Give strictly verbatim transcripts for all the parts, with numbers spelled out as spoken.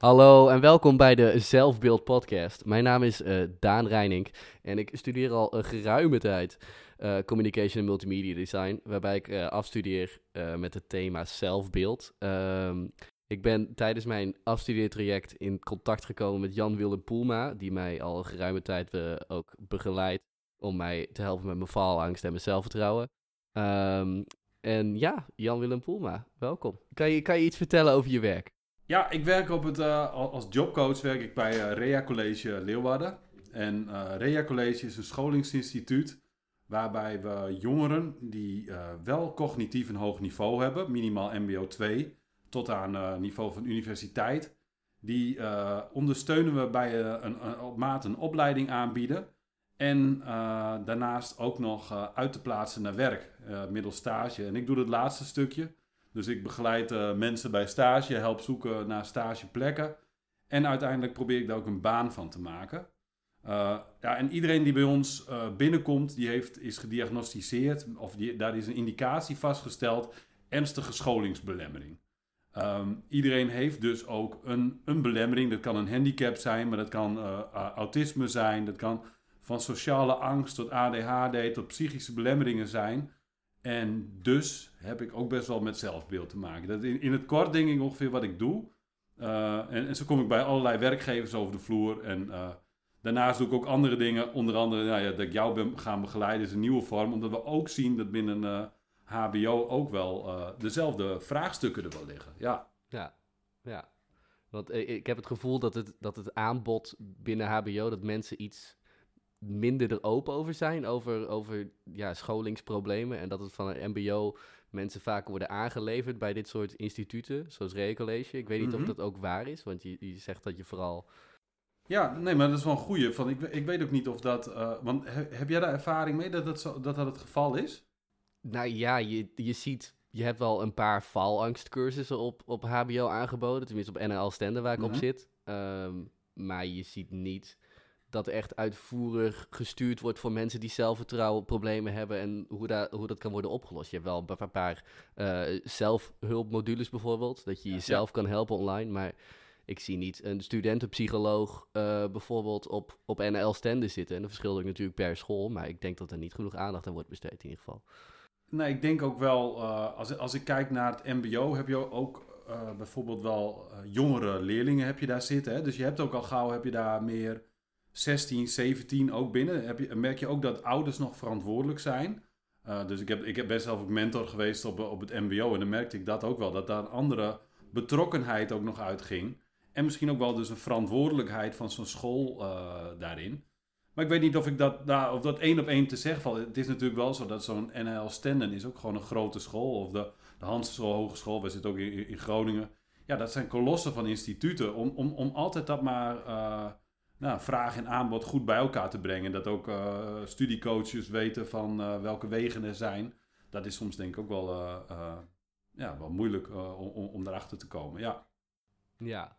Hallo en welkom bij de Zelfbeeld Podcast. Mijn naam is uh, Daan Reinink en ik studeer al een geruime tijd uh, Communication en Multimedia Design, waarbij ik uh, afstudeer uh, met het thema zelfbeeld. Um, ik ben tijdens mijn afstudeertraject in contact gekomen met Jan-Willem Poelma, die mij al een geruime tijd uh, ook begeleidt om mij te helpen met mijn faalangst en mijn zelfvertrouwen. Um, en ja, Jan-Willem Poelma, welkom. Kan je, kan je iets vertellen over je werk? Ja, ik werk op het, uh, als jobcoach werk ik bij uh, Rea College Leeuwarden. En uh, Rea College is een scholingsinstituut waarbij we jongeren die uh, wel cognitief een hoog niveau hebben, minimaal M B O twee, tot aan uh, niveau van universiteit, die uh, ondersteunen we bij uh, een, een, op maat een opleiding aanbieden. En uh, daarnaast ook nog uh, uit te plaatsen naar werk, uh, middels stage. En ik doe het laatste stukje. Dus ik begeleid uh, mensen bij stage, help zoeken naar stageplekken. En uiteindelijk probeer ik daar ook een baan van te maken. Uh, ja, en iedereen die bij ons uh, binnenkomt, die heeft, is gediagnosticeerd, of die, daar is een indicatie vastgesteld, ernstige scholingsbelemmering. Um, iedereen heeft dus ook een, een belemmering. Dat kan een handicap zijn, maar dat kan uh, autisme zijn. Dat kan van sociale angst tot A D H D tot psychische belemmeringen zijn. En dus heb ik ook best wel met zelfbeeld te maken. Dat in, in het kort denk ik ongeveer wat ik doe. Uh, en, en zo kom ik bij allerlei werkgevers over de vloer. En uh, daarnaast doe ik ook andere dingen. Onder andere nou ja, dat ik jou ben gaan begeleiden is een nieuwe vorm. Omdat we ook zien dat binnen uh, H B O ook wel uh, dezelfde vraagstukken er wel liggen. Ja, ja. ja. Want uh, ik heb het gevoel dat het, dat het aanbod binnen H B O, dat mensen iets minder er open over zijn, over, over ja, scholingsproblemen. En dat het van een M B O mensen vaak worden aangeleverd bij dit soort instituten, zoals Rea College. Ik weet niet mm-hmm. of dat ook waar is, want je, je zegt dat je vooral... Ja, nee, maar dat is wel een goeie. Van, ik, ik weet ook niet of dat... Uh, want he, heb jij daar ervaring mee dat dat, zo, dat dat het geval is? Nou ja, je, je ziet... Je hebt wel een paar faalangstcursussen op, op H B O aangeboden, tenminste op N L Stende waar ik mm-hmm. op zit. Um, maar je ziet niet dat echt uitvoerig gestuurd wordt voor mensen die zelfvertrouwen problemen hebben en hoe, da- hoe dat kan worden opgelost. Je hebt wel een paar uh, zelfhulpmodules bijvoorbeeld, dat je jezelf ja. kan helpen online, maar ik zie niet een studentenpsycholoog uh, bijvoorbeeld op, op N L Stende zitten. En dat verschilt ook natuurlijk per school, maar ik denk dat er niet genoeg aandacht aan wordt besteed in ieder geval. Nee, ik denk ook wel, uh, als, als ik kijk naar het M B O, heb je ook uh, bijvoorbeeld wel uh, jongere leerlingen heb je daar zitten. Hè? Dus je hebt ook al gauw, heb je daar meer zestien, zeventien ook binnen. Heb je, merk je ook dat ouders nog verantwoordelijk zijn. Uh, dus ik, heb, ik heb best zelf ook mentor geweest op, op het M B O en dan merkte ik dat ook wel, dat daar een andere betrokkenheid ook nog uitging. En misschien ook wel dus een verantwoordelijkheid van zo'n school uh, daarin. Maar ik weet niet of ik dat, nou, of dat één op één te zeggen valt. Het is natuurlijk wel zo dat zo'n N L Stenden is ook gewoon een grote school. Of de, de Hansschool Hogeschool, wij zitten ook in, in Groningen. Ja, dat zijn kolossen van instituten. Om, om, om altijd dat maar uh, nou, vraag en aanbod goed bij elkaar te brengen. Dat ook uh, studiecoaches weten van uh, welke wegen er zijn. Dat is soms denk ik ook wel, uh, uh, ja, wel moeilijk uh, om, om daarachter te komen. Ja. Ja.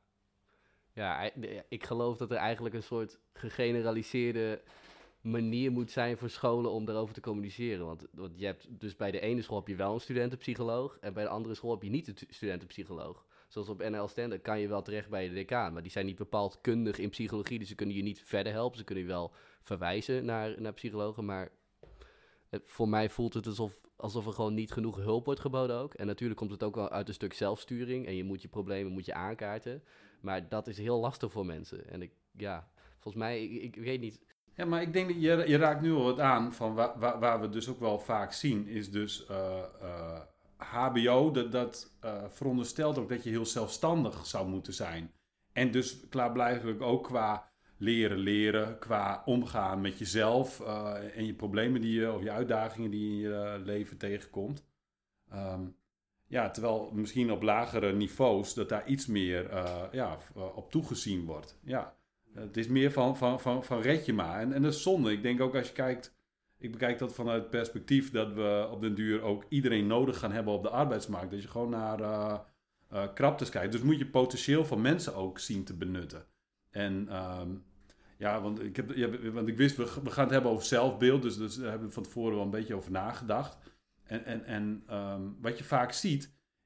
Ja, ik geloof dat er eigenlijk een soort gegeneraliseerde manier moet zijn voor scholen om daarover te communiceren. Want, want je hebt dus bij de ene school heb je wel een studentenpsycholoog en bij de andere school heb je niet een t- studentenpsycholoog. Zoals op N L Stende kan je wel terecht bij de decaan, maar die zijn niet bepaald kundig in psychologie, dus ze kunnen je niet verder helpen. Ze kunnen je wel verwijzen naar, naar psychologen, maar het, voor mij voelt het alsof, alsof er gewoon niet genoeg hulp wordt geboden ook. En natuurlijk komt het ook wel uit een stuk zelfsturing en je moet je problemen moet je aankaarten. Maar dat is heel lastig voor mensen. En ik, ja, volgens mij, ik, ik weet niet. Ja, maar ik denk dat je, je raakt nu al wat aan van waar, waar, waar we dus ook wel vaak zien, is dus uh, uh, H B O, dat, dat uh, veronderstelt ook dat je heel zelfstandig zou moeten zijn. En dus klaarblijkelijk ook qua leren leren, qua omgaan met jezelf uh, en je problemen die je, of je uitdagingen die je in je uh, leven tegenkomt. Um, Ja, terwijl misschien op lagere niveaus dat daar iets meer uh, ja, op toegezien wordt. Ja, het is meer van, van, van, van red je maar. En, en dat is zonde. Ik denk ook als je kijkt, ik bekijk dat vanuit het perspectief dat we op den duur ook iedereen nodig gaan hebben op de arbeidsmarkt. Dat je gewoon naar uh, uh, kraptes kijkt. Dus moet je potentieel van mensen ook zien te benutten. En um, ja, want ik, heb, ja, want ik wist, we, we gaan het hebben over zelfbeeld. Dus, dus daar hebben we van tevoren wel een beetje over nagedacht. En, en, en um, wat je vaak ziet,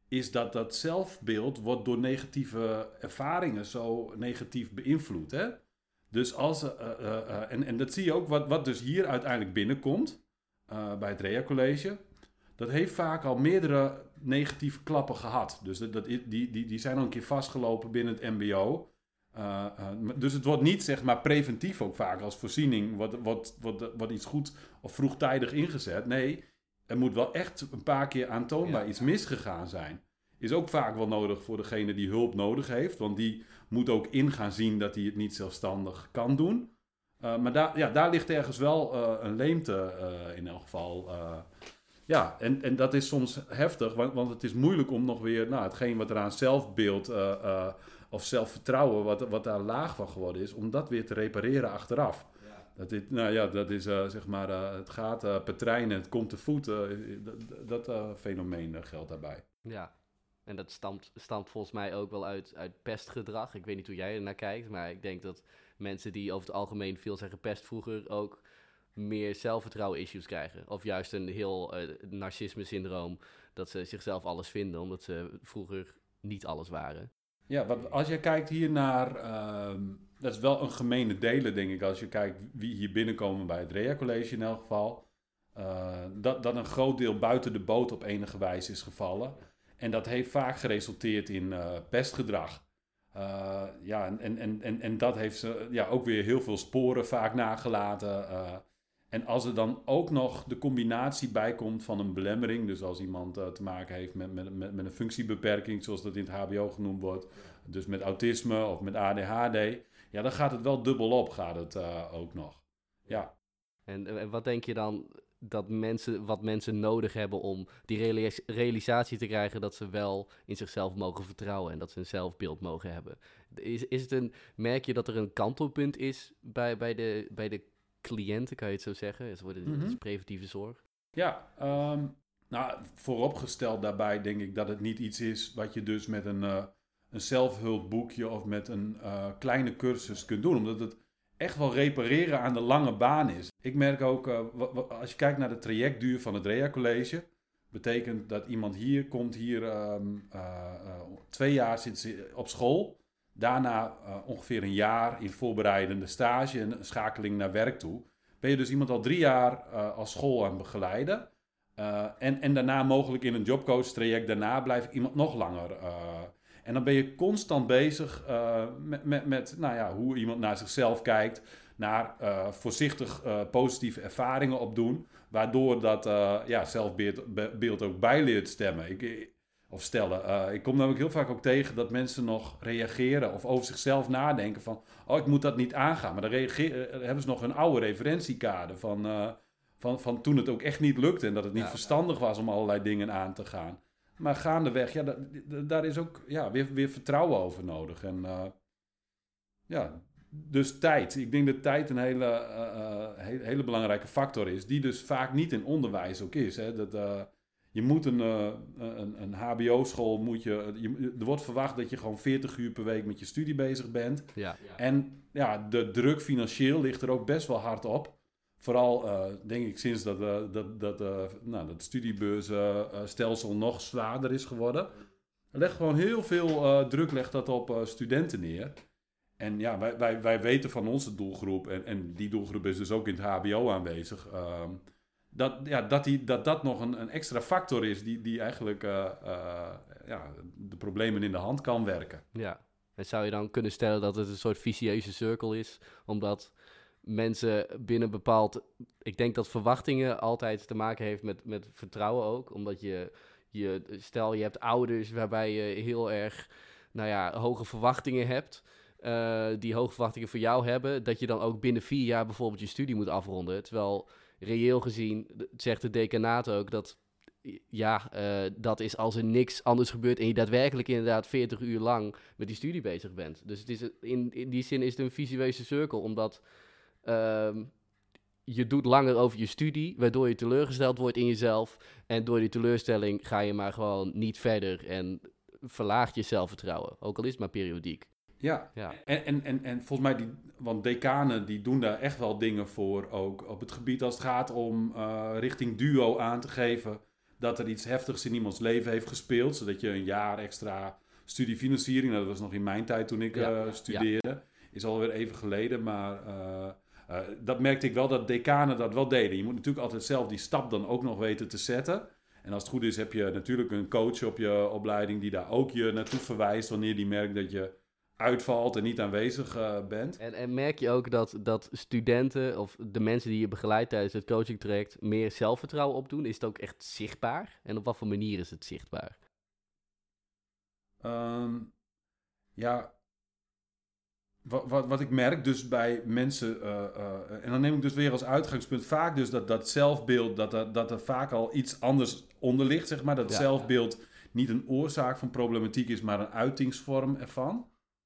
is dat dat zelfbeeld wordt door negatieve ervaringen zo negatief beïnvloed. Hè? Dus als, uh, uh, uh, en, en dat zie je ook, wat, wat dus hier uiteindelijk binnenkomt, uh, bij het R E A College, dat heeft vaak al meerdere negatieve klappen gehad. Dus dat, dat, die, die, die zijn al een keer vastgelopen binnen het M B O. Uh, uh, dus het wordt niet, zeg maar, preventief ook vaak als voorziening, wordt, wordt, wordt, wordt iets goed of vroegtijdig ingezet. Nee, er moet wel echt een paar keer aantoonbaar ja, iets ja. misgegaan zijn. Is ook vaak wel nodig voor degene die hulp nodig heeft. Want die moet ook in gaan zien dat hij het niet zelfstandig kan doen. Uh, maar daar, ja, daar ligt ergens wel uh, een leemte uh, in elk geval. Uh, ja, en, en dat is soms heftig. Want, want het is moeilijk om nog weer, nou, hetgeen wat er aan zelfbeeld uh, uh, of zelfvertrouwen, wat, wat daar laag van geworden is, om dat weer te repareren achteraf. Dat, dit, nou ja, dat is uh, zeg maar, uh, het gaat uh, per trein en het komt te voet. Uh, dat dat uh, fenomeen uh, geldt daarbij. Ja, en dat stamt, stamt volgens mij ook wel uit, uit pestgedrag. Ik weet niet hoe jij er naar kijkt, maar ik denk dat mensen die over het algemeen veel zijn gepest vroeger ook meer zelfvertrouwen issues krijgen. Of juist een heel uh, narcisme-syndroom, dat ze zichzelf alles vinden, omdat ze vroeger niet alles waren. Ja, wat, als je kijkt hier naar, uh, dat is wel een gemene delen, denk ik, als je kijkt wie hier binnenkomen bij het R E A College in elk geval, uh, dat, dat een groot deel buiten de boot op enige wijze is gevallen. En dat heeft vaak geresulteerd in uh, pestgedrag. Uh, ja, en, en, en, en dat heeft ze ja, ook weer heel veel sporen vaak nagelaten. Uh, en als er dan ook nog de combinatie bij komt van een belemmering, dus als iemand uh, te maken heeft met, met, met, met een functiebeperking, zoals dat in het H B O genoemd wordt, dus met autisme of met A D H D, ja, dan gaat het wel dubbel op, gaat het uh, ook nog. Ja. En, en wat denk je dan dat mensen, wat mensen nodig hebben om die realis- realisatie te krijgen dat ze wel in zichzelf mogen vertrouwen en dat ze een zelfbeeld mogen hebben? Is, is het een, merk je dat er een kantelpunt is bij, bij, de, bij de cliënten, kan je het zo zeggen? Het wordt een mm-hmm. preventieve zorg. Ja, um, nou, vooropgesteld daarbij denk ik dat het niet iets is wat je dus met een, uh, een zelfhulpboekje of met een uh, kleine cursus kunt doen. Omdat het echt wel repareren aan de lange baan is. Ik merk ook, uh, w- w- als je kijkt naar de trajectduur van het R E A College, betekent dat iemand hier komt, hier um, uh, uh, twee jaar zit op school. Daarna uh, ongeveer een jaar in voorbereidende stage en een schakeling naar werk toe. Ben je dus iemand al drie jaar uh, als school aan het begeleiden. Uh, en, en daarna mogelijk in een jobcoach traject. Daarna blijft iemand nog langer. Uh, en dan ben je constant bezig uh, met, met, met nou ja, hoe iemand naar zichzelf kijkt. Naar uh, voorzichtig uh, positieve ervaringen opdoen. Waardoor dat uh, ja, zelfbeeld beeld ook bij leert stemmen. Ik, Of stellen. Uh, ik kom namelijk heel vaak ook tegen dat mensen nog reageren of over zichzelf nadenken van, oh, ik moet dat niet aangaan. Maar dan reageer, uh, hebben ze nog een oude referentiekader van, uh, van, van toen het ook echt niet lukte en dat het niet ja, verstandig was om allerlei dingen aan te gaan. Maar gaandeweg, ja, da, da, daar is ook ja, weer, weer vertrouwen over nodig. En uh, ja, dus tijd. Ik denk dat tijd een hele, uh, uh, hele, hele belangrijke factor is, die dus vaak niet in onderwijs ook is. Hè. Dat... Uh, Je moet een, uh, een, een H B O-school, moet je, je, er wordt verwacht dat je gewoon veertig uur per week met je studie bezig bent. Ja, ja. En ja, de druk financieel ligt er ook best wel hard op. Vooral, uh, denk ik, sinds dat, uh, dat, dat, uh, nou, dat studiebeursstelsel uh, nog zwaarder is geworden. Er legt gewoon heel veel uh, druk legt dat op uh, studenten neer. En ja, wij, wij, wij weten van onze doelgroep, en, en die doelgroep is dus ook in het H B O aanwezig, uh, Dat, ja, dat, die, dat dat nog een, een extra factor is die, die eigenlijk uh, uh, ja, de problemen in de hand kan werken. Ja, en zou je dan kunnen stellen dat het een soort vicieuze cirkel is, omdat mensen binnen bepaald... Ik denk dat verwachtingen altijd te maken heeft met, met vertrouwen ook, omdat je, je... Stel, je hebt ouders waarbij je heel erg, nou ja, hoge verwachtingen hebt, uh, die hoge verwachtingen voor jou hebben, dat je dan ook binnen vier jaar bijvoorbeeld je studie moet afronden, terwijl... Reëel gezien zegt de decanaat ook dat, ja, uh, dat is als er niks anders gebeurt en je daadwerkelijk inderdaad veertig uur lang met die studie bezig bent. Dus het is in, in die zin is het een visueuze cirkel, omdat uh, je doet langer over je studie, waardoor je teleurgesteld wordt in jezelf. En door die teleurstelling ga je maar gewoon niet verder en verlaagt je zelfvertrouwen, ook al is het maar periodiek. Ja, ja. En, en, en, en volgens mij, die, want decanen die doen daar echt wel dingen voor ook op het gebied als het gaat om uh, richting duo aan te geven. dat er iets heftigs in iemands leven heeft gespeeld, zodat je een jaar extra studiefinanciering, nou, dat was nog in mijn tijd toen ik ja. uh, studeerde, ja. is alweer even geleden, maar uh, uh, dat merkte ik wel dat decanen dat wel deden. Je moet natuurlijk altijd zelf die stap dan ook nog weten te zetten. En als het goed is heb je natuurlijk een coach op je opleiding die daar ook je naartoe verwijst wanneer die merkt dat je uitvalt en niet aanwezig uh, bent. En, en merk je ook dat, dat studenten of de mensen die je begeleidt tijdens het coachingtraject meer zelfvertrouwen opdoen? Is het ook echt zichtbaar? En op wat voor manier is het zichtbaar? Um, ja, wat, wat, wat ik merk dus bij mensen, uh, uh, en dan neem ik dus weer als uitgangspunt vaak dus dat, dat zelfbeeld, dat er, dat er vaak al iets anders onder ligt, zeg maar. Dat ja. zelfbeeld niet een oorzaak van problematiek is, maar een uitingsvorm ervan.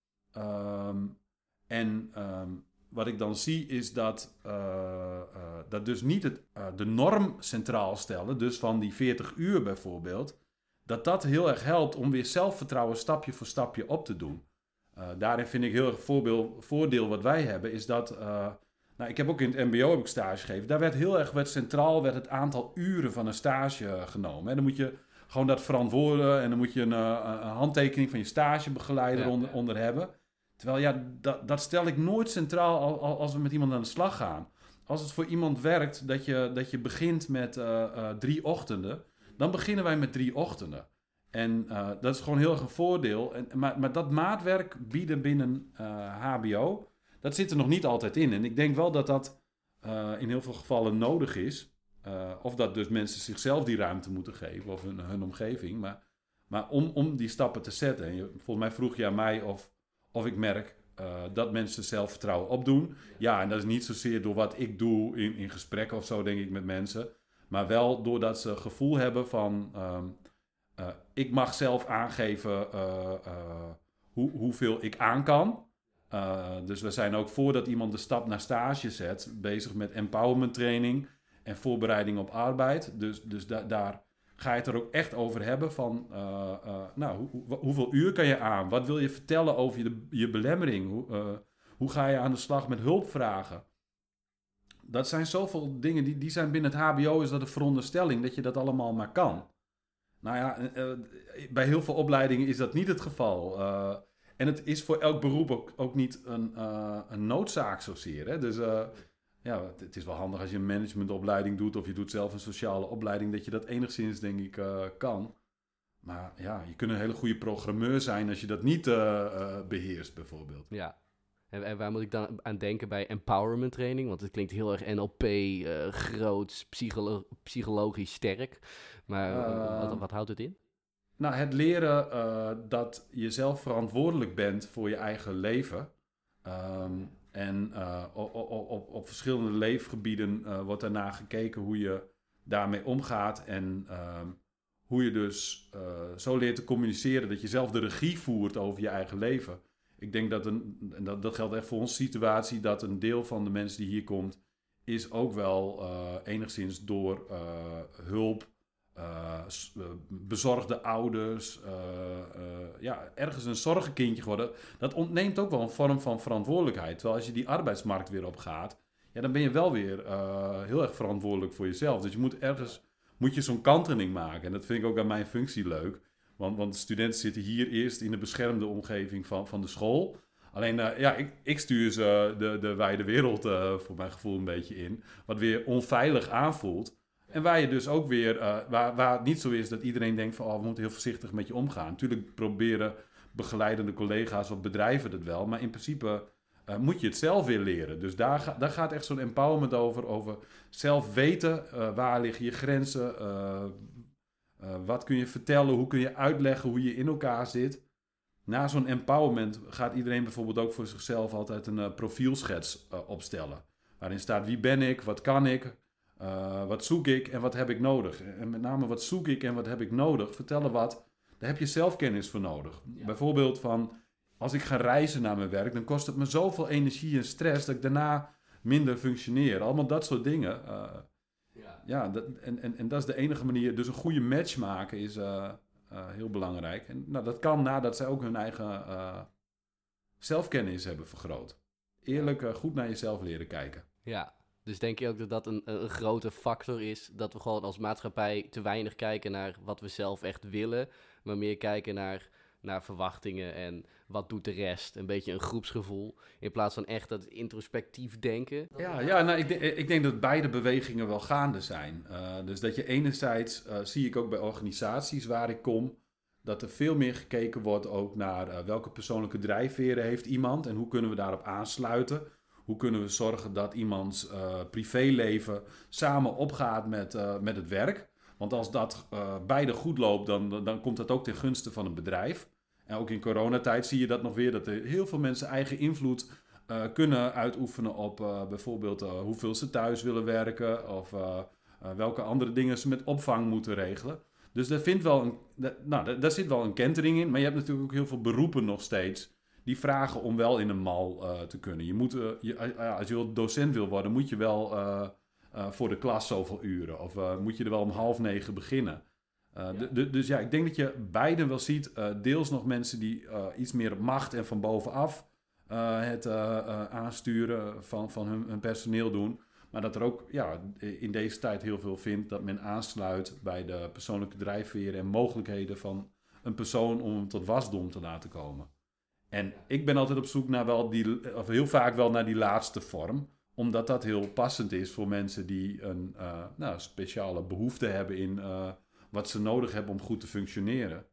Um, en um, wat ik dan zie is dat, uh, uh, dat dus niet het, uh, de norm centraal stellen, dus van die veertig uur bijvoorbeeld, dat dat heel erg helpt om weer zelfvertrouwen stapje voor stapje op te doen. Uh, daarin vind ik heel erg voorbeeld, voordeel wat wij hebben, is dat, uh, nou, ik heb ook in het mbo heb ik stage gegeven, daar werd heel erg werd centraal werd het aantal uren van een stage genomen. Hè. Dan moet je gewoon dat verantwoorden en dan moet je een, uh, een handtekening van je stagebegeleider ja, onder, ja. onder hebben. Terwijl ja, dat, dat stel ik nooit centraal als we met iemand aan de slag gaan. Als het voor iemand werkt dat je, dat je begint met uh, uh, drie ochtenden, dan beginnen wij met drie ochtenden. En uh, dat is gewoon heel erg een voordeel. En, maar, maar dat maatwerk bieden binnen uh, H B O, dat zit er nog niet altijd in. En ik denk wel dat dat uh, in heel veel gevallen nodig is. Uh, of dat dus mensen zichzelf die ruimte moeten geven, of hun, hun omgeving. Maar, maar om, om die stappen te zetten. En je, volgens mij vroeg je aan mij of... Of ik merk uh, dat mensen zelfvertrouwen opdoen. Ja, en dat is niet zozeer door wat ik doe in, in gesprekken of zo, denk ik, met mensen. Maar wel doordat ze het gevoel hebben van... Um, uh, ik mag zelf aangeven uh, uh, hoe, hoeveel ik aan kan. Uh, dus we zijn ook voordat iemand de stap naar stage zet... bezig met empowerment training en voorbereiding op arbeid. Dus, dus da- daar... ga je het er ook echt over hebben van, uh, uh, nou, hoe, hoe, hoeveel uur kan je aan? Wat wil je vertellen over je, je belemmering? Hoe, uh, hoe ga je aan de slag met hulpvragen? Dat zijn zoveel dingen, die, die zijn binnen het H B O is dat een veronderstelling dat je dat allemaal maar kan. Nou ja, uh, bij heel veel opleidingen is dat niet het geval. Uh, en het is voor elk beroep ook, ook niet een, uh, een noodzaak zozeer, hè? Dus... Uh, Ja, het is wel handig als je een managementopleiding doet of je doet zelf een sociale opleiding, dat je dat enigszins, denk ik, uh, kan. Maar ja, je kunt een hele goede programmeur zijn als je dat niet uh, uh, beheerst, bijvoorbeeld. Ja, en, en waar moet ik dan aan denken bij empowerment training? Want het klinkt heel erg N L P, uh, groots, psycholo- psychologisch sterk. Maar uh, wat, wat houdt het in? Nou, het leren uh, dat je zelf verantwoordelijk bent voor je eigen leven. Um, En uh, op, op, op, op verschillende leefgebieden uh, wordt daarna gekeken hoe je daarmee omgaat. En uh, hoe je dus uh, zo leert te communiceren dat je zelf de regie voert over je eigen leven. Ik denk dat, een, en dat, dat geldt echt voor onze situatie, dat een deel van de mensen die hier komt, is ook wel uh, enigszins door uh, hulp, uh, bezorgde ouders, uh, uh, ja, ergens een zorgenkindje geworden. Dat ontneemt ook wel een vorm van verantwoordelijkheid. Terwijl als je die arbeidsmarkt weer op gaat, ja, dan ben je wel weer uh, heel erg verantwoordelijk voor jezelf. Dus je moet ergens moet je zo'n kanteling maken. En dat vind ik ook aan mijn functie leuk. Want, want studenten zitten hier eerst in de beschermde omgeving van, van de school. Alleen, uh, ja, ik, ik stuur ze de, de wijde wereld uh, voor mijn gevoel een beetje in. Wat weer onveilig aanvoelt. En waar je dus ook weer, uh, waar, waar het niet zo is dat iedereen denkt van, oh, we moeten heel voorzichtig met je omgaan. Natuurlijk proberen begeleidende collega's of bedrijven dat wel. Maar in principe uh, moet je het zelf weer leren. Dus daar, ga, daar gaat echt zo'n empowerment over. Over zelf weten, uh, waar liggen je grenzen. Uh, uh, wat kun je vertellen, hoe kun je uitleggen hoe je in elkaar zit. Na zo'n empowerment gaat iedereen bijvoorbeeld ook voor zichzelf altijd een uh, profielschets uh, opstellen. Waarin staat wie ben ik, wat kan ik, uh, wat zoek ik en wat heb ik nodig. En met name wat zoek ik en wat heb ik nodig, vertellen wat, daar heb je zelfkennis voor nodig. Ja. Bijvoorbeeld van, als ik ga reizen naar mijn werk, dan kost het me zoveel energie en stress dat ik daarna minder functioneer. Allemaal dat soort dingen. Uh, ja, ja dat, en, en, en dat is de enige manier. Dus een goede match maken is... Uh, Uh, heel belangrijk. En nou, dat kan nadat zij ook hun eigen uh, zelfkennis hebben vergroot. Eerlijk uh, goed naar jezelf leren kijken. Ja, Dus denk je ook dat dat een, een grote factor is? Dat we gewoon als maatschappij te weinig kijken naar wat we zelf echt willen, maar meer kijken naar, naar verwachtingen en wat doet de rest? Een beetje een groepsgevoel, in plaats van echt dat introspectief denken. Ja, ja nou, ik, denk, ik denk dat beide bewegingen wel gaande zijn. Uh, dus dat je enerzijds, uh, zie ik ook bij organisaties waar ik kom, dat er veel meer gekeken wordt ook naar uh, welke persoonlijke drijfveren heeft iemand en hoe kunnen we daarop aansluiten. Hoe kunnen we zorgen dat iemands uh, privéleven samen opgaat met, uh, met het werk. Want als dat uh, beide goed loopt, dan, dan komt dat ook ten gunste van een bedrijf. En ook in coronatijd zie je dat nog weer, dat er heel veel mensen eigen invloed uh, kunnen uitoefenen op uh, bijvoorbeeld uh, hoeveel ze thuis willen werken of uh, uh, welke andere dingen ze met opvang moeten regelen. Dus daar, vindt wel een, daar, nou, daar, daar zit wel een kentering in, maar je hebt natuurlijk ook heel veel beroepen nog steeds die vragen om wel in een mal uh, te kunnen. Je moet, uh, je, uh, als je docent wil worden, moet je wel uh, uh, voor de klas zoveel uren. Of uh, moet je er wel om half negen beginnen. Uh, ja. d- d- dus ja, ik denk dat je beide wel ziet. Uh, deels nog mensen die uh, iets meer op macht en van bovenaf uh, het uh, uh, aansturen van, van hun, hun personeel doen. Maar dat er ook ja, in deze tijd heel veel vindt dat men aansluit bij de persoonlijke drijfveren en mogelijkheden van een persoon om hem tot wasdom te laten komen. En ik ben altijd op zoek naar wel die, of heel vaak wel naar die laatste vorm. Omdat dat heel passend is voor mensen die een uh, nou, speciale behoefte hebben in uh, wat ze nodig hebben om goed te functioneren.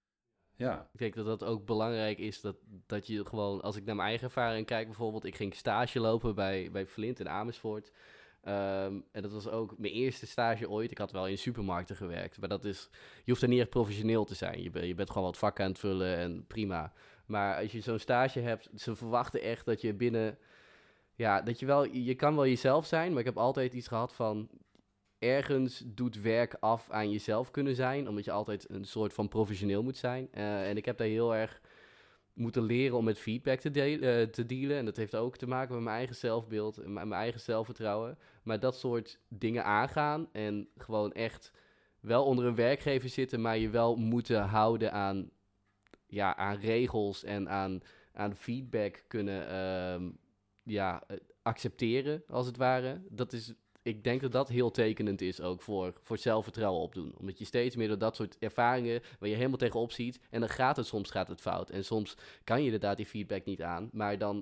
Ja. Ik denk dat dat ook belangrijk is, dat, dat je gewoon, als ik naar mijn eigen ervaring kijk bijvoorbeeld, ik ging stage lopen bij, bij Flint in Amersfoort. Um, en dat was ook mijn eerste stage ooit. Ik had wel in supermarkten gewerkt, maar dat is, je hoeft er niet echt professioneel te zijn. Je, ben, je bent gewoon wat vakken aan het vullen en prima. Maar als je zo'n stage hebt, ze verwachten echt dat je binnen, ja, dat je wel, je kan wel jezelf zijn, maar ik heb altijd iets gehad van, ergens doet werk af aan jezelf kunnen zijn, omdat je altijd een soort van professioneel moet zijn. Uh, en ik heb daar heel erg moeten leren om met feedback te, de- uh, te dealen. En dat heeft ook te maken met mijn eigen zelfbeeld en mijn eigen zelfvertrouwen. Maar dat soort dingen aangaan en gewoon echt wel onder een werkgever zitten, maar je wel moeten houden aan, ja, aan regels en aan, aan feedback kunnen um, ja, accepteren, als het ware. Dat is, ik denk dat dat heel tekenend is ook voor, voor zelfvertrouwen opdoen. Omdat je steeds meer door dat soort ervaringen, waar je helemaal tegenop ziet, en dan gaat het, soms gaat het fout. En soms kan je inderdaad die feedback niet aan, maar dan,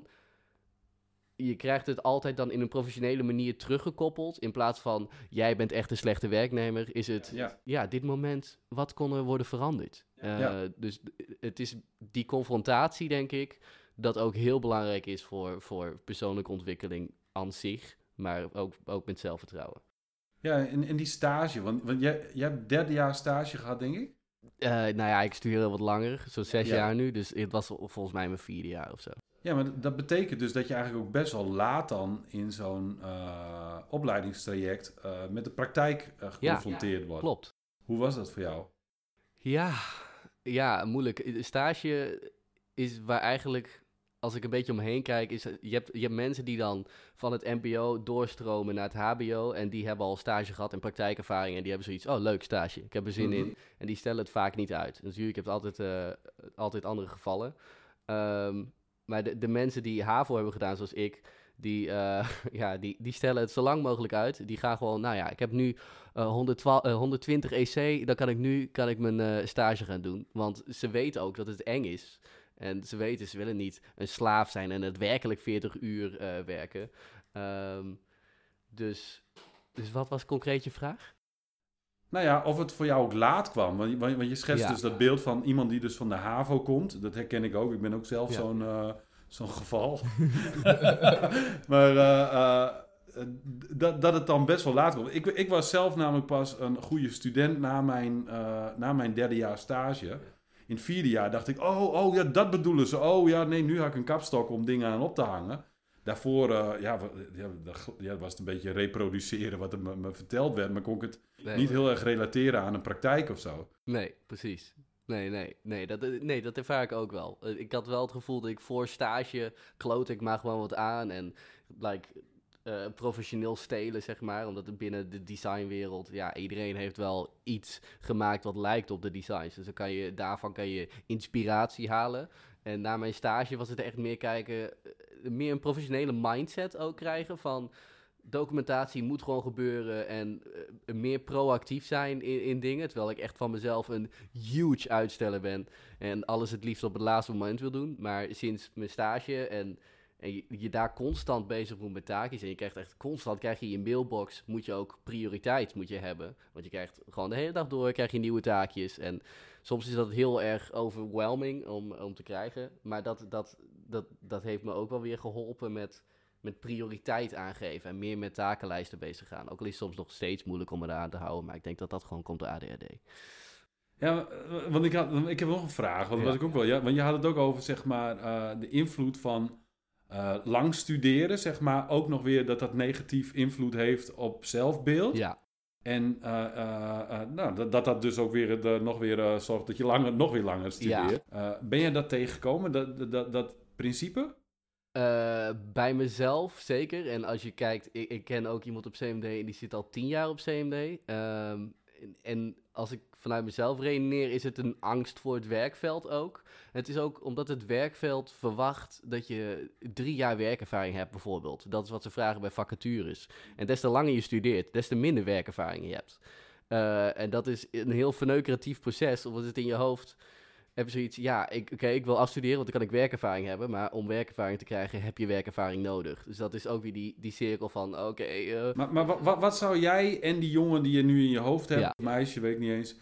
je krijgt het altijd dan in een professionele manier teruggekoppeld, in plaats van, jij bent echt een slechte werknemer, is het, ja, ja dit moment, wat kon er worden veranderd? Uh, ja. Dus het is die confrontatie, denk ik, dat ook heel belangrijk is voor, voor persoonlijke ontwikkeling aan zich, maar ook, ook met zelfvertrouwen. Ja, en, en die stage, want, want jij, jij hebt derde jaar stage gehad, denk ik? Uh, nou ja, ik studeer wat langer, zo'n zes ja. jaar nu, dus het was volgens mij mijn vierde jaar of zo. Ja, maar dat betekent dus dat je eigenlijk ook best wel laat dan in zo'n uh, opleidingstraject uh, met de praktijk uh, geconfronteerd ja, wordt. Klopt. Hoe was dat voor jou? Ja, ja, moeilijk. De stage is waar eigenlijk, als ik een beetje omheen kijk, is je hebt, je hebt mensen die dan van het M B O doorstromen naar het H B O en die hebben al stage gehad en praktijkervaring en die hebben zoiets, oh leuk stage, ik heb er zin mm-hmm. in. En die stellen het vaak niet uit. Natuurlijk, je hebt altijd, uh, altijd andere gevallen. Um, maar de, de mensen die HAVO hebben gedaan, zoals ik, die, uh, ja, die, die stellen het zo lang mogelijk uit. Die gaan gewoon, nou ja, ik heb nu uh, honderdtwaalf, uh, honderdtwintig E C, dan kan ik nu kan ik mijn uh, stage gaan doen. Want ze weten ook dat het eng is. En ze weten, ze willen niet een slaaf zijn en het werkelijk veertig uur uh, werken. Um, dus, dus wat was concreet je vraag? Nou ja, of het voor jou ook laat kwam. Want, want, want je schetst ja. dus dat beeld van iemand die dus van de HAVO komt. Dat herken ik ook. Ik ben ook zelf ja. zo'n, uh, zo'n geval. maar uh, uh, dat, dat het dan best wel laat komt. Ik, ik was zelf namelijk pas een goede student na mijn, uh, na mijn derde jaar stage. In het vierde jaar dacht ik, oh, oh ja, dat bedoelen ze. Oh ja, nee, nu had ik een kapstok om dingen aan op te hangen. Daarvoor uh, ja, ja, ja, was het een beetje reproduceren wat er me, me verteld werd. Maar kon ik het nee, niet heel erg relateren aan een praktijk of zo. Nee, precies. Nee, nee, nee, dat, nee, dat ervaar ik ook wel. Ik had wel het gevoel dat ik voor stage kloot ik maar gewoon wat aan. En like, uh, professioneel stelen, zeg maar. Omdat het binnen de designwereld, ja, iedereen heeft wel iets gemaakt wat lijkt op de designs. Dus dan kan je, daarvan kan je inspiratie halen. En na mijn stage was het echt meer kijken, meer een professionele mindset ook krijgen van, documentatie moet gewoon gebeuren en uh, meer proactief zijn in, in dingen. Terwijl ik echt van mezelf een huge uitsteller ben en alles het liefst op het laatste moment wil doen. Maar sinds mijn stage en, en je, je daar constant bezig moet met taakjes en je krijgt echt constant, krijg je in je mailbox, moet je ook prioriteit moet je hebben. Want je krijgt gewoon de hele dag door, krijg je nieuwe taakjes en soms is dat heel erg overwhelming om, om te krijgen. Maar dat, dat, dat, dat heeft me ook wel weer geholpen met... met prioriteit aangeven en meer met takenlijsten bezig gaan. Ook al is het soms nog steeds moeilijk om me aan te houden, maar ik denk dat dat gewoon komt door A D H D. Ja, want ik, had, ik heb nog een vraag, want, Ja. was ik ook wel, ja, want je had het ook over zeg maar, uh, de invloed van uh, lang studeren, zeg maar, ook nog weer dat dat negatief invloed heeft op zelfbeeld. Ja. En uh, uh, uh, nou, dat, dat dat dus ook weer de, nog weer uh, zorgt dat je langer, nog weer langer studeert. Ja. Uh, ben je dat tegengekomen, dat, dat, dat, dat principe? Uh, bij mezelf zeker. En als je kijkt, ik, ik ken ook iemand op C M D en die zit al tien jaar op C M D. Um, en, en als ik vanuit mezelf redeneer, is het een angst voor het werkveld ook. Het is ook omdat het werkveld verwacht dat je drie jaar werkervaring hebt bijvoorbeeld. Dat is wat ze vragen bij vacatures. En des te langer je studeert, des te minder werkervaring je hebt. Uh, en dat is een heel verneukeratief proces, omdat het in je hoofd... heb je zoiets, ja, ik, okay, ik wil afstuderen, want dan kan ik werkervaring hebben. Maar om werkervaring te krijgen, heb je werkervaring nodig. Dus dat is ook weer die, die cirkel van, oké... Okay, uh... Maar, maar wat, wat, wat zou jij en die jongen die je nu in je hoofd hebt, ja. meisje, weet ik niet eens...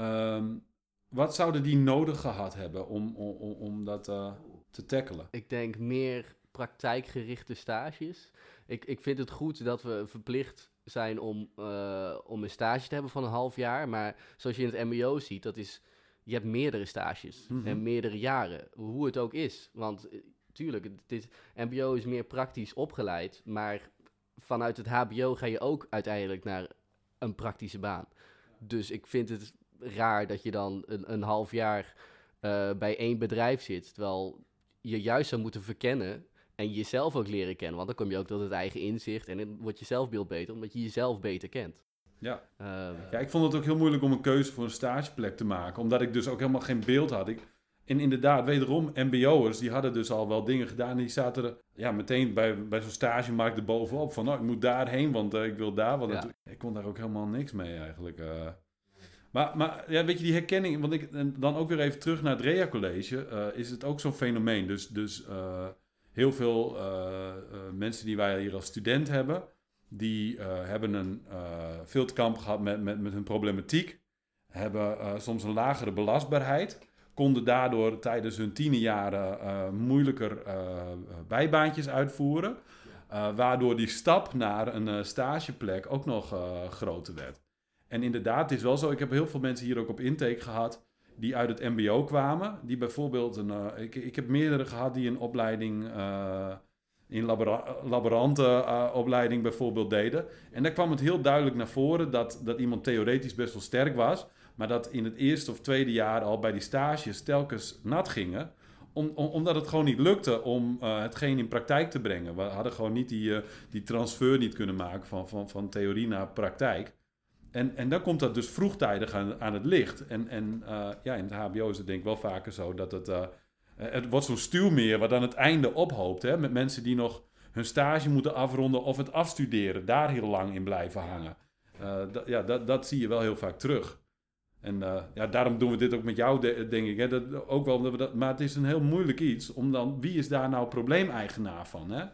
Um, wat zouden die nodig gehad hebben om, om, om dat uh, te tackelen? Ik denk meer praktijkgerichte stages. Ik, ik vind het goed dat we verplicht zijn om, uh, om een stage te hebben van een half jaar. Maar zoals je in het M B O ziet, dat is... Je hebt meerdere stages mm-hmm. en meerdere jaren, hoe het ook is. Want tuurlijk, het is, M B O is meer praktisch opgeleid, maar vanuit het H B O ga je ook uiteindelijk naar een praktische baan. Dus ik vind het raar dat je dan een, een half jaar uh, bij één bedrijf zit, terwijl je juist zou moeten verkennen en jezelf ook leren kennen. Want dan kom je ook tot het eigen inzicht en dan wordt je zelfbeeld beter, omdat je jezelf beter kent. Ja. Uh, ja, ik vond het ook heel moeilijk om een keuze voor een stageplek te maken. Omdat ik dus ook helemaal geen beeld had. Ik, en inderdaad, wederom, M B O'ers, die hadden dus al wel dingen gedaan. Die zaten er ja, meteen bij, bij zo'n stagemarkt erbovenop. Van, nou, ik moet daarheen, want uh, ik wil daar. Want ja. het, ik kon daar ook helemaal niks mee eigenlijk. Uh. Maar, maar ja, weet je, die herkenning... Want ik, en dan ook weer even terug naar het R E A College. Uh, is het ook zo'n fenomeen. Dus, dus uh, heel veel uh, uh, mensen die wij hier als student hebben... Die uh, hebben een uh, fieldkamp gehad met, met, met hun problematiek. Hebben uh, soms een lagere belastbaarheid. Konden daardoor tijdens hun tienerjaren uh, moeilijker uh, bijbaantjes uitvoeren. Uh, waardoor die stap naar een uh, stageplek ook nog uh, groter werd. En inderdaad, het is wel zo. Ik heb heel veel mensen hier ook op intake gehad. Die uit het M B O kwamen. Die bijvoorbeeld een... Uh, ik, ik heb meerdere gehad die een opleiding... Uh, in labora- laborantenopleiding uh, bijvoorbeeld deden. En daar kwam het heel duidelijk naar voren dat, dat iemand theoretisch best wel sterk was, maar dat in het eerste of tweede jaar al bij die stages telkens nat gingen, om, om, omdat het gewoon niet lukte om uh, hetgeen in praktijk te brengen. We hadden gewoon niet die, uh, die transfer niet kunnen maken van, van, van theorie naar praktijk. En, en dan komt dat dus vroegtijdig aan, aan het licht. En, en uh, ja, in het H B O is het denk ik wel vaker zo dat het... Uh, Het wordt zo'n stuwmeer wat aan het einde ophoopt. Hè, met mensen die nog hun stage moeten afronden of het afstuderen. Daar heel lang in blijven hangen. Uh, d- ja, dat, dat zie je wel heel vaak terug. En uh, ja, daarom doen we dit ook met jou, de, denk ik. Hè, dat, ook wel, we dat, maar het is een heel moeilijk iets. Om dan, wie is daar nou probleemeigenaar van? Hè?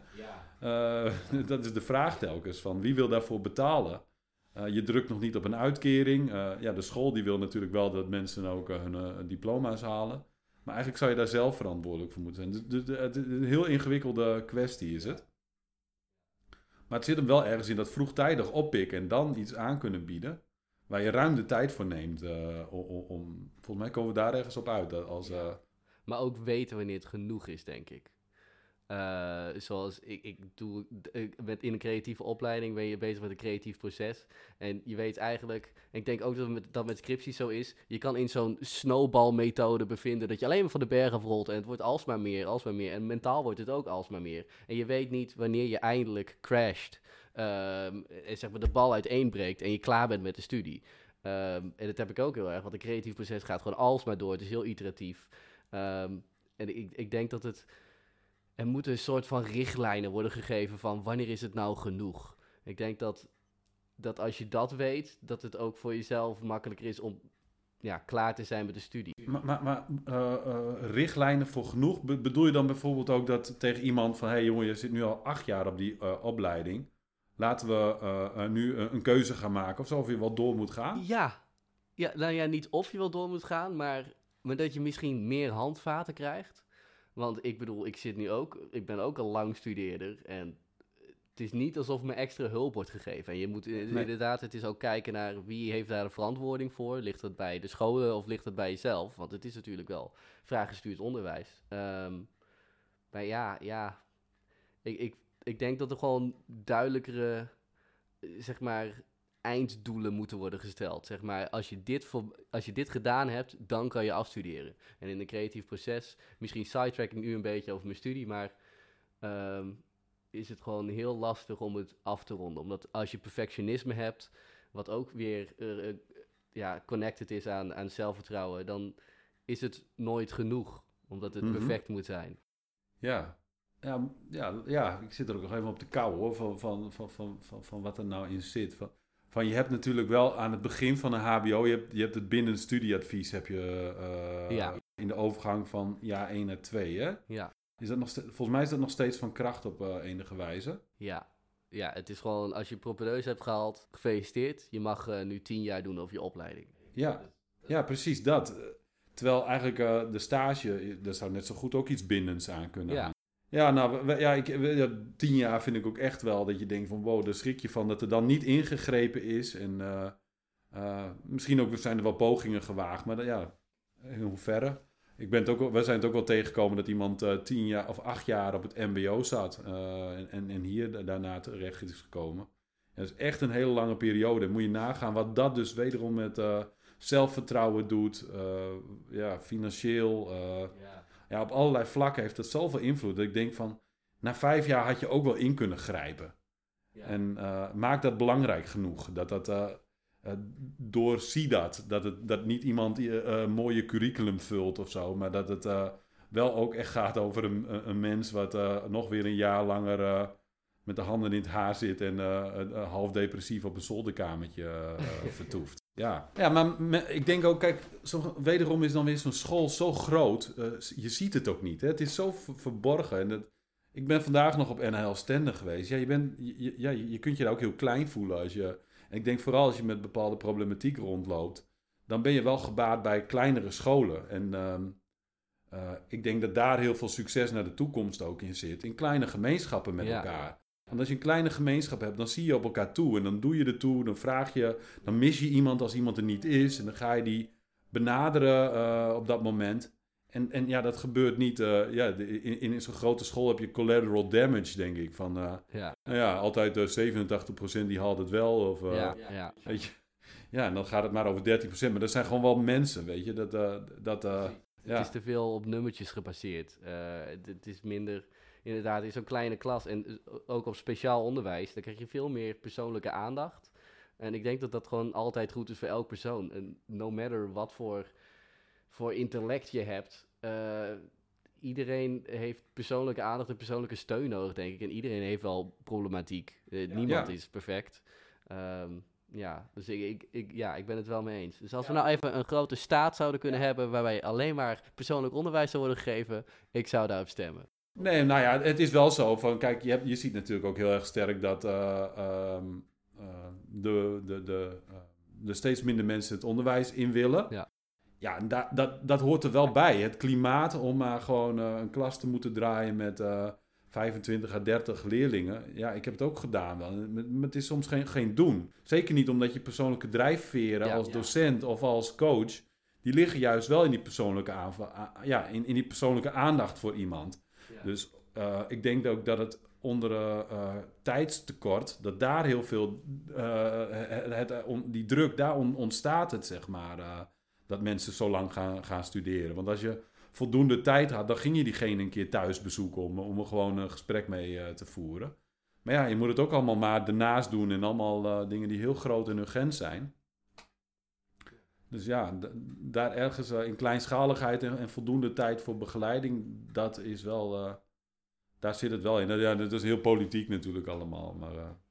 Ja. Uh, dat is de vraag telkens. Van wie wil daarvoor betalen? Uh, je drukt nog niet op een uitkering. Uh, ja, de school die wil natuurlijk wel dat mensen ook uh, hun uh, diploma's halen. Maar eigenlijk zou je daar zelf verantwoordelijk voor moeten zijn. Dus het is een heel ingewikkelde kwestie is het. Maar het zit hem wel ergens in dat vroegtijdig oppikken en dan iets aan kunnen bieden. Waar je ruim de tijd voor neemt. Uh, om, om, volgens mij komen we daar ergens op uit. Als, uh... Maar ook weten wanneer het genoeg is, denk ik. Uh, zoals ik, ik doe, ik, met, in een creatieve opleiding ben je bezig met een creatief proces. En je weet eigenlijk, ik denk ook dat met, dat met scripties zo is, je kan in zo'n snowball-methode bevinden dat je alleen maar van de berg afrolt en het wordt alsmaar meer, alsmaar meer. En mentaal wordt het ook alsmaar meer. En je weet niet wanneer je eindelijk crasht, um, en zeg maar de bal uiteenbreekt en je klaar bent met de studie. Um, en dat heb ik ook heel erg, want een creatief proces gaat gewoon alsmaar door. Het is heel iteratief. Um, en ik, ik denk dat het... Er moeten een soort van richtlijnen worden gegeven van wanneer is het nou genoeg? Ik denk dat, dat als je dat weet, dat het ook voor jezelf makkelijker is om ja, klaar te zijn met de studie. Maar, maar, maar uh, uh, richtlijnen voor genoeg, Be- bedoel je dan bijvoorbeeld ook dat tegen iemand van... hé hey jongen, je zit nu al acht jaar op die uh, opleiding. Laten we uh, uh, nu uh, een keuze gaan maken of zo, of je wel door moet gaan? Ja. ja, nou ja, niet of je wel door moet gaan, maar, maar dat je misschien meer handvaten krijgt. Want ik bedoel, ik zit nu ook, ik ben ook al lang studeerder en het is niet alsof me extra hulp wordt gegeven. En je moet Nee. inderdaad, het is ook kijken naar wie heeft daar de verantwoording voor. Ligt het bij de scholen of ligt het bij jezelf? Want het is natuurlijk wel vraaggestuurd onderwijs. Um, maar ja, ja, ik, ik, ik denk dat er gewoon duidelijkere, zeg maar, einddoelen moeten worden gesteld. Zeg maar, als je dit, voor, als je dit gedaan hebt, dan kan je afstuderen. En in een creatief proces, misschien sidetrack ik nu een beetje over mijn studie, maar um, is het gewoon heel lastig om het af te ronden. Omdat als je perfectionisme hebt, wat ook weer uh, uh, ja, connected is aan, aan zelfvertrouwen, dan is het nooit genoeg, omdat het mm-hmm. perfect moet zijn. Ja. Ja, ja, ja, ik zit er ook nog even op te kauwen hoor, van, van, van, van, van, van wat er nou in zit. Van, van je hebt natuurlijk wel aan het begin van een H B O, je hebt, je hebt het binnen studieadvies heb je uh, ja. in de overgang van jaar één naar twee, hè? Ja. Is dat nog ste- volgens mij is dat nog steeds van kracht op uh, enige wijze. Ja. ja, het is gewoon, als je propedeuse hebt gehaald, gefeliciteerd. Je mag uh, nu tien jaar doen over je opleiding. Ja, ja precies dat. Terwijl eigenlijk uh, de stage, daar zou net zo goed ook iets bindends aan kunnen ja. hangen. Ja, nou, we, ja, ik, ja, tien jaar vind ik ook echt wel dat je denkt van wow, daar schrik je van dat er dan niet ingegrepen is. En uh, uh, misschien ook zijn er wel pogingen gewaagd, maar ja, in hoeverre. Ik ben het ook, we zijn het ook wel tegengekomen dat iemand uh, tien jaar of acht jaar op het mbo zat uh, en, en, en hier daarna terecht is gekomen. Ja, dat is echt een hele lange periode. Moet je nagaan wat dat dus wederom met uh, zelfvertrouwen doet, uh, ja, financieel. Uh, ja. Ja, op allerlei vlakken heeft dat zoveel invloed dat ik denk van, na vijf jaar had je ook wel in kunnen grijpen. Ja. En uh, maak dat belangrijk genoeg. Dat dat, uh, uh, doorzie dat. Dat, het, dat niet iemand uh, een mooie curriculum vult of zo, maar dat het uh, wel ook echt gaat over een, een mens wat uh, nog weer een jaar langer uh, met de handen in het haar zit en uh, uh, half depressief op een zolderkamertje uh, vertoeft. Ja. ja, maar me, ik denk ook, kijk, zo, wederom is dan weer zo'n school zo groot. Uh, je ziet het ook niet. Hè? Het is zo v- verborgen. En het, ik ben vandaag nog op N H L Stende geweest. Ja, je, bent, je, ja, je kunt je daar ook heel klein voelen. Als je, en ik denk vooral als je met bepaalde problematiek rondloopt, dan ben je wel gebaat bij kleinere scholen. En uh, uh, ik denk dat daar heel veel succes naar de toekomst ook in zit. In kleine gemeenschappen met ja. elkaar. Want als je een kleine gemeenschap hebt, dan zie je op elkaar toe. En dan doe je er toe, dan vraag je, dan mis je iemand als iemand er niet is. En dan ga je die benaderen uh, op dat moment. En, en ja, dat gebeurt niet. Uh, ja, in, in zo'n grote school heb je collateral damage, denk ik. Van, uh, ja. Nou ja, altijd uh, zevenentachtig procent die haalt het wel. Of, uh, ja, ja. Weet je, ja, en dan gaat het maar over dertien procent. Maar dat zijn gewoon wel mensen, weet je. Dat, uh, dat, uh, ja. Het is te veel op nummertjes gebaseerd. Uh, het, het is minder... Inderdaad, in zo'n kleine klas en ook op speciaal onderwijs, dan krijg je veel meer persoonlijke aandacht. En ik denk dat dat gewoon altijd goed is voor elk persoon. En no matter wat voor, voor intellect je hebt, uh, iedereen heeft persoonlijke aandacht en persoonlijke steun nodig, denk ik. En iedereen heeft wel problematiek. Uh, ja. Niemand ja. is perfect. Um, ja, dus ik, ik, ik, ja, ik ben het wel mee eens. Dus als ja. we nou even een grote staat zouden kunnen ja. hebben, waarbij alleen maar persoonlijk onderwijs zou worden gegeven, ik zou daarop stemmen. Nee, nou ja, het is wel zo van, kijk, je, hebt, je ziet natuurlijk ook heel erg sterk dat uh, um, uh, de, de, de, uh, de steeds minder mensen het onderwijs in willen. Ja, ja en da, dat, dat hoort er wel bij. Het klimaat om maar gewoon uh, een klas te moeten draaien met uh, vijfentwintig à dertig leerlingen. Ja, ik heb het ook gedaan wel. Maar het is soms geen, geen doen. Zeker niet omdat je persoonlijke drijfveren ja, als ja. docent of als coach, die liggen juist wel in die persoonlijke, aanva- ja, in, in die persoonlijke aandacht voor iemand. Ja. Dus uh, ik denk ook dat het onder uh, uh, tijdstekort, dat daar heel veel, uh, het, het, on, die druk, daar on, ontstaat het, zeg maar, uh, dat mensen zo lang gaan, gaan studeren. Want als je voldoende tijd had, dan ging je diegene een keer thuis bezoeken om, om er gewoon een gesprek mee uh, te voeren. Maar ja, je moet het ook allemaal maar ernaast doen en allemaal uh, dingen die heel groot en urgent zijn. Dus ja, d- daar ergens uh, in kleinschaligheid en, en voldoende tijd voor begeleiding, dat is wel, uh, daar zit het wel in. Ja, dat is heel politiek natuurlijk allemaal. Maar, uh, ja,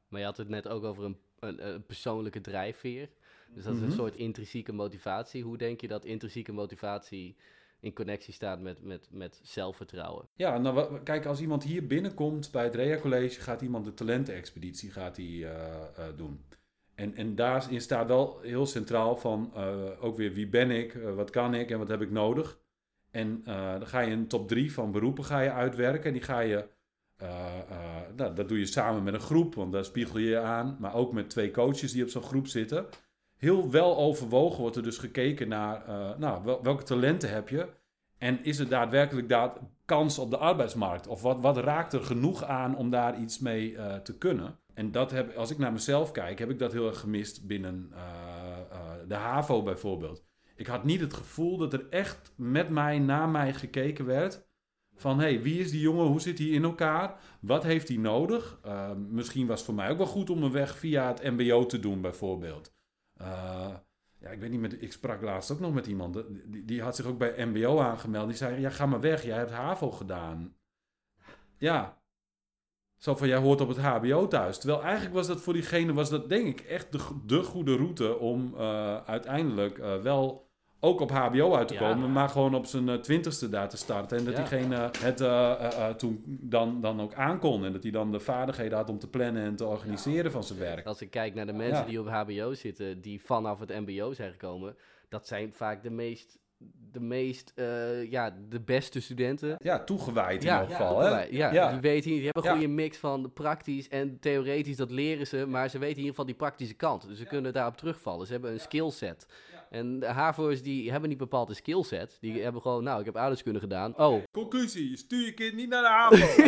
Maar je had het net ook over een, een, een persoonlijke drijfveer. Dus dat is Mhm. een soort intrinsieke motivatie. Hoe denk je dat intrinsieke motivatie in connectie staat met, met, met zelfvertrouwen? Ja, nou, wa- kijk, als iemand hier binnenkomt bij het Rea College, gaat iemand de talentenexpeditie gaat die, eh, eh, doen. En, en daarin staat wel heel centraal van eh, ook weer wie ben ik, eh, wat kan ik en wat heb ik nodig. En eh, dan ga je een top drie van beroepen ga je uitwerken. En die ga je, eh, eh, nou, dat doe je samen met een groep, want daar spiegel je je aan. Maar ook met twee coaches die op zo'n groep zitten. Heel wel overwogen wordt er dus gekeken naar, eh, nou, wel- welke talenten heb je? En is er daadwerkelijk daad kans op de arbeidsmarkt? Of wat, wat raakt er genoeg aan om daar iets mee eh, te kunnen? En dat heb, als ik naar mezelf kijk, heb ik dat heel erg gemist binnen eh, eh, de HAVO bijvoorbeeld. Ik had niet het gevoel dat er echt met mij, naar mij gekeken werd. Van, hé, hey, wie is die jongen? Hoe zit hij in elkaar? Wat heeft hij nodig? Uh, misschien was het voor mij ook wel goed om een weg via het mbo te doen, bijvoorbeeld. Uh, ja, ik weet niet, met, ik sprak laatst ook nog met iemand. Die, die had zich ook bij mbo aangemeld. Die zei, ja, ga maar weg. Jij hebt HAVO gedaan. Ja. Zo van, jij hoort op het hbo thuis. Terwijl eigenlijk was dat voor diegene, was dat denk ik echt de, de goede route om uh, uiteindelijk uh, wel ook op hbo uit te Ja. komen, maar gewoon op zijn uh, twintigste daar te starten. En dat ja. diegene het uh, uh, uh, toen dan, dan ook aankon. En dat hij dan de vaardigheden had om te plannen en te organiseren ja. van zijn werk. Als ik kijk naar de mensen ja. die op hbo zitten, die vanaf het mbo zijn gekomen, dat zijn vaak de meest... de meest, uh, ja, de beste studenten. Ja, toegewijd ja, in elk geval. Ja, hè? ja, ja, die weten, die hebben een ja. goede mix van praktisch en theoretisch, dat leren ze, maar ze weten in ieder geval die praktische kant. Dus ze ja. kunnen daarop terugvallen. Ze hebben een skillset. Ja. En de HAVO'ers die hebben niet bepaald een skillset. Die ja. hebben gewoon, nou, ik heb aardrijkskunde gedaan. Oh. Conclusie, stuur je kind niet naar de HAVO.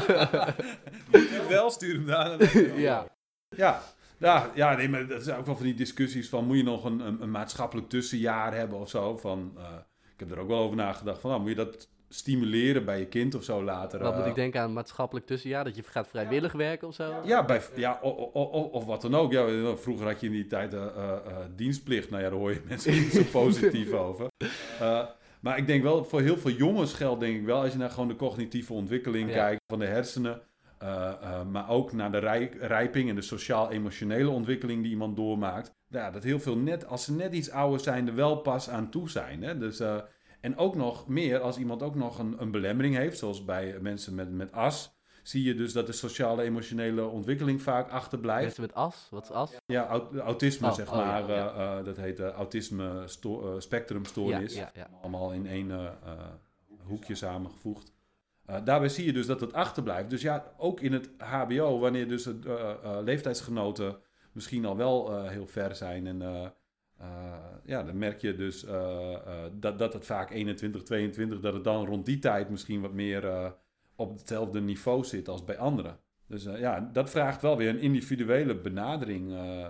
Moet je wel, stuur hem daar naar de Ja. Ja. Ja, ja, nee, maar dat zijn ook wel van die discussies van, moet je nog een, een, een maatschappelijk tussenjaar hebben of zo? Van, uh, ik heb er ook wel over nagedacht van, nou, moet je dat stimuleren bij je kind of zo later? Wat uh, moet ik denken aan maatschappelijk tussenjaar? Dat je gaat vrijwillig ja. werken of zo? Ja, bij, ja of, of, of wat dan ook. Ja, vroeger had je in die tijd uh, uh, uh, dienstplicht. Nou ja, daar hoor je mensen niet zo positief over. Uh, maar ik denk wel, voor heel veel jongens geldt denk ik wel, als je naar gewoon de cognitieve ontwikkeling ja. kijkt van de hersenen, Uh, uh, maar ook naar de rij, rijping en de sociaal-emotionele ontwikkeling die iemand doormaakt. Ja, dat heel veel net, als ze net iets ouder zijn, er wel pas aan toe zijn. Hè? Dus, uh, en ook nog meer, als iemand ook nog een, een belemmering heeft, zoals bij mensen met, met A S, zie je dus dat de sociale-emotionele ontwikkeling vaak achterblijft. Mensen met A S? Wat is A S? Ja, aut- autisme oh, zeg oh, maar. Ja, ja. Uh, uh, dat heet uh, autisme sto- uh, spectrumstoornis. Ja, ja, ja. Allemaal in één uh, uh, hoekje samengevoegd. Uh, daarbij zie je dus dat het achterblijft. Dus ja, ook in het hbo, wanneer dus het, uh, uh, leeftijdsgenoten misschien al wel uh, heel ver zijn. En uh, uh, ja, dan merk je dus uh, uh, dat, dat het vaak eenentwintig, tweeëntwintig, dat het dan rond die tijd misschien wat meer uh, op hetzelfde niveau zit als bij anderen. Dus uh, ja, dat vraagt wel weer een individuele benadering uh, uh,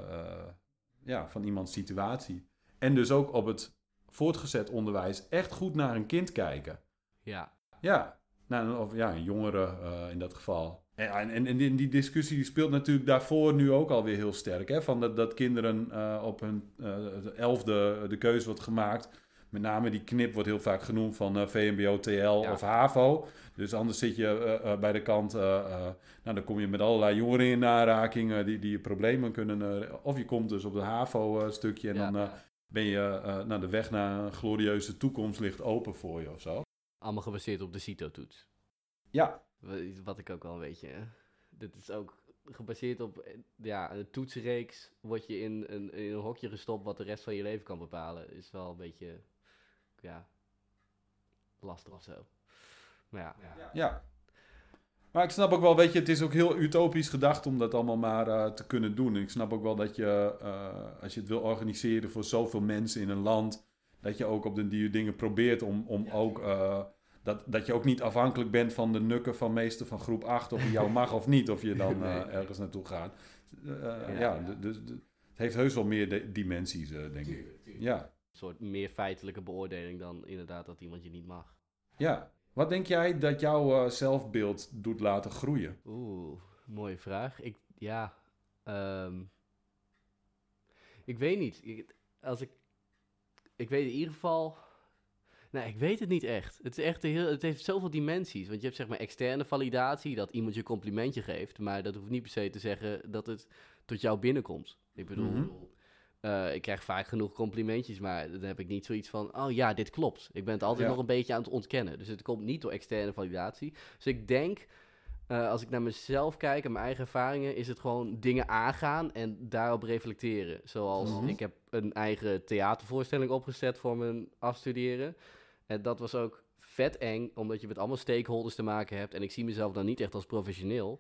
ja, van iemands situatie. En dus ook op het voortgezet onderwijs echt goed naar een kind kijken. Ja. Ja. Nou, of ja, een jongere uh, in dat geval. En, en, en die, die discussie die speelt natuurlijk daarvoor nu ook alweer heel sterk. Hè? Van dat, dat kinderen uh, op hun uh, elfde de keuze wordt gemaakt. Met name die knip wordt heel vaak genoemd van uh, V M B O, T L ja. of HAVO. Dus anders zit je uh, uh, bij de kant... Uh, uh, nou, dan kom je met allerlei jongeren in aanraking uh, die, die je problemen kunnen... Uh, of je komt dus op het HAVO-stukje uh, en ja. dan uh, ben je... Uh, nou, de weg naar een glorieuze toekomst ligt open voor je of zo. Allemaal gebaseerd op de CITO-toets. Ja. Wat ik ook wel een beetje... Dit is ook gebaseerd op... Ja, een toetsreeks word je in een, in een hokje gestopt... wat de rest van je leven kan bepalen. Is wel een beetje... Ja... lastig of zo. Maar ja. Ja. ja. Maar ik snap ook wel, weet je... Het is ook heel utopisch gedacht om dat allemaal maar uh, te kunnen doen. En ik snap ook wel dat je... Uh, als je het wil organiseren voor zoveel mensen in een land... dat je ook op de die dingen probeert om, om ja, ook... Uh, Dat, dat je ook niet afhankelijk bent van de nukken van meester van groep acht... of je jou mag of niet, of je dan nee. uh, ergens naartoe gaat. Uh, ja, ja, ja. De, de, de, het heeft heus wel meer de, dimensies, uh, denk tuurlijk, ik. Tuurlijk. Ja. Een soort meer feitelijke beoordeling dan inderdaad dat iemand je niet mag. Ja. Wat denk jij dat jouw uh, zelfbeeld doet laten groeien? Oeh, mooie vraag. Ik, ja... Um, ik weet niet. Ik, als ik... Ik weet in ieder geval... Nee, ik weet het niet echt. Het, is echt een heel, het heeft zoveel dimensies. Want je hebt zeg maar externe validatie, dat iemand je een complimentje geeft. Maar dat hoeft niet per se te zeggen dat het tot jou binnenkomt. Ik bedoel, Mhm. uh, ik krijg vaak genoeg complimentjes, maar dan heb ik niet zoiets van, oh ja, dit klopt. Ik ben het altijd Ja. nog een beetje aan het ontkennen. Dus het komt niet door externe validatie. Dus ik denk, uh, als ik naar mezelf kijk en mijn eigen ervaringen, is het gewoon dingen aangaan en daarop reflecteren. Zoals, Mhm. ik heb een eigen theatervoorstelling opgezet voor mijn afstuderen. En dat was ook vet eng, omdat je met allemaal stakeholders te maken hebt. En ik zie mezelf dan niet echt als professioneel.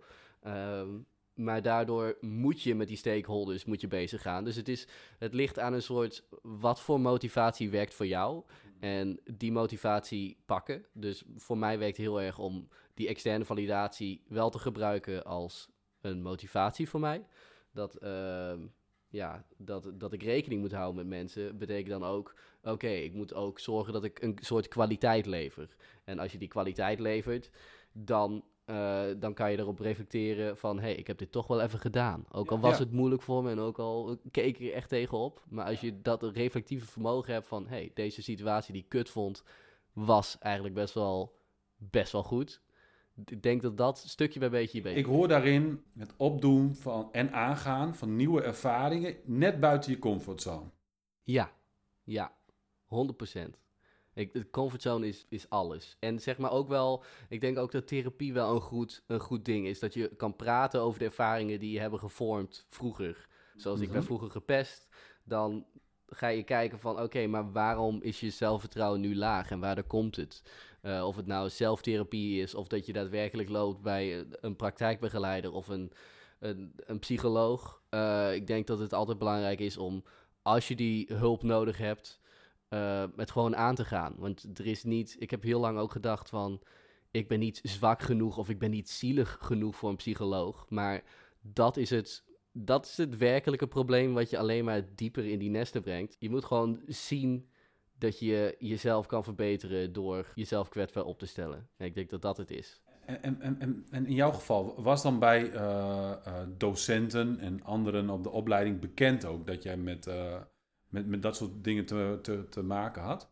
Um, maar daardoor moet je met die stakeholders moet je bezig gaan. Dus het, is, het ligt aan een soort, wat voor motivatie werkt voor jou? En die motivatie pakken. Dus voor mij werkt heel erg om die externe validatie wel te gebruiken als een motivatie voor mij. Dat... Uh, Ja, dat, dat ik rekening moet houden met mensen, betekent dan ook, oké, okay, ik moet ook zorgen dat ik een soort kwaliteit lever. En als je die kwaliteit levert, dan, uh, dan kan je erop reflecteren van, hé, hey, ik heb dit toch wel even gedaan. Ook al was ja. het moeilijk voor me en ook al keek ik er echt tegenop. Maar als je dat reflectieve vermogen hebt van, hé, hey, deze situatie die ik kut vond, was eigenlijk best wel, best wel goed. Ik denk dat dat stukje bij beetje je beetje... Ik hoor daarin het opdoen van en aangaan van nieuwe ervaringen net buiten je comfortzone. Ja, ja, honderd procent. Ik, de comfortzone is, is alles. En zeg maar ook wel, ik denk ook dat therapie wel een goed, een goed ding is. Dat je kan praten over de ervaringen die je hebben gevormd vroeger. Zoals mm-hmm. ik ben vroeger gepest, dan ga je kijken van, oké, okay, maar waarom is je zelfvertrouwen nu laag en waar komt het? Uh, of het nou zelftherapie is, of dat je daadwerkelijk loopt bij een praktijkbegeleider of een, een, een psycholoog. Uh, ik denk dat het altijd belangrijk is om, als je die hulp nodig hebt, uh, het gewoon aan te gaan. Want er is niet, ik heb heel lang ook gedacht van, ik ben niet zwak genoeg of ik ben niet zielig genoeg voor een psycholoog. Maar dat is het, dat is het werkelijke probleem wat je alleen maar dieper in die nesten brengt. Je moet gewoon zien dat je jezelf kan verbeteren door jezelf kwetsbaar op te stellen. En ik denk dat dat het is. En, en, en, en in jouw geval, was dan bij uh, uh, docenten en anderen op de opleiding bekend ook dat jij met, uh, met, met dat soort dingen te, te, te maken had?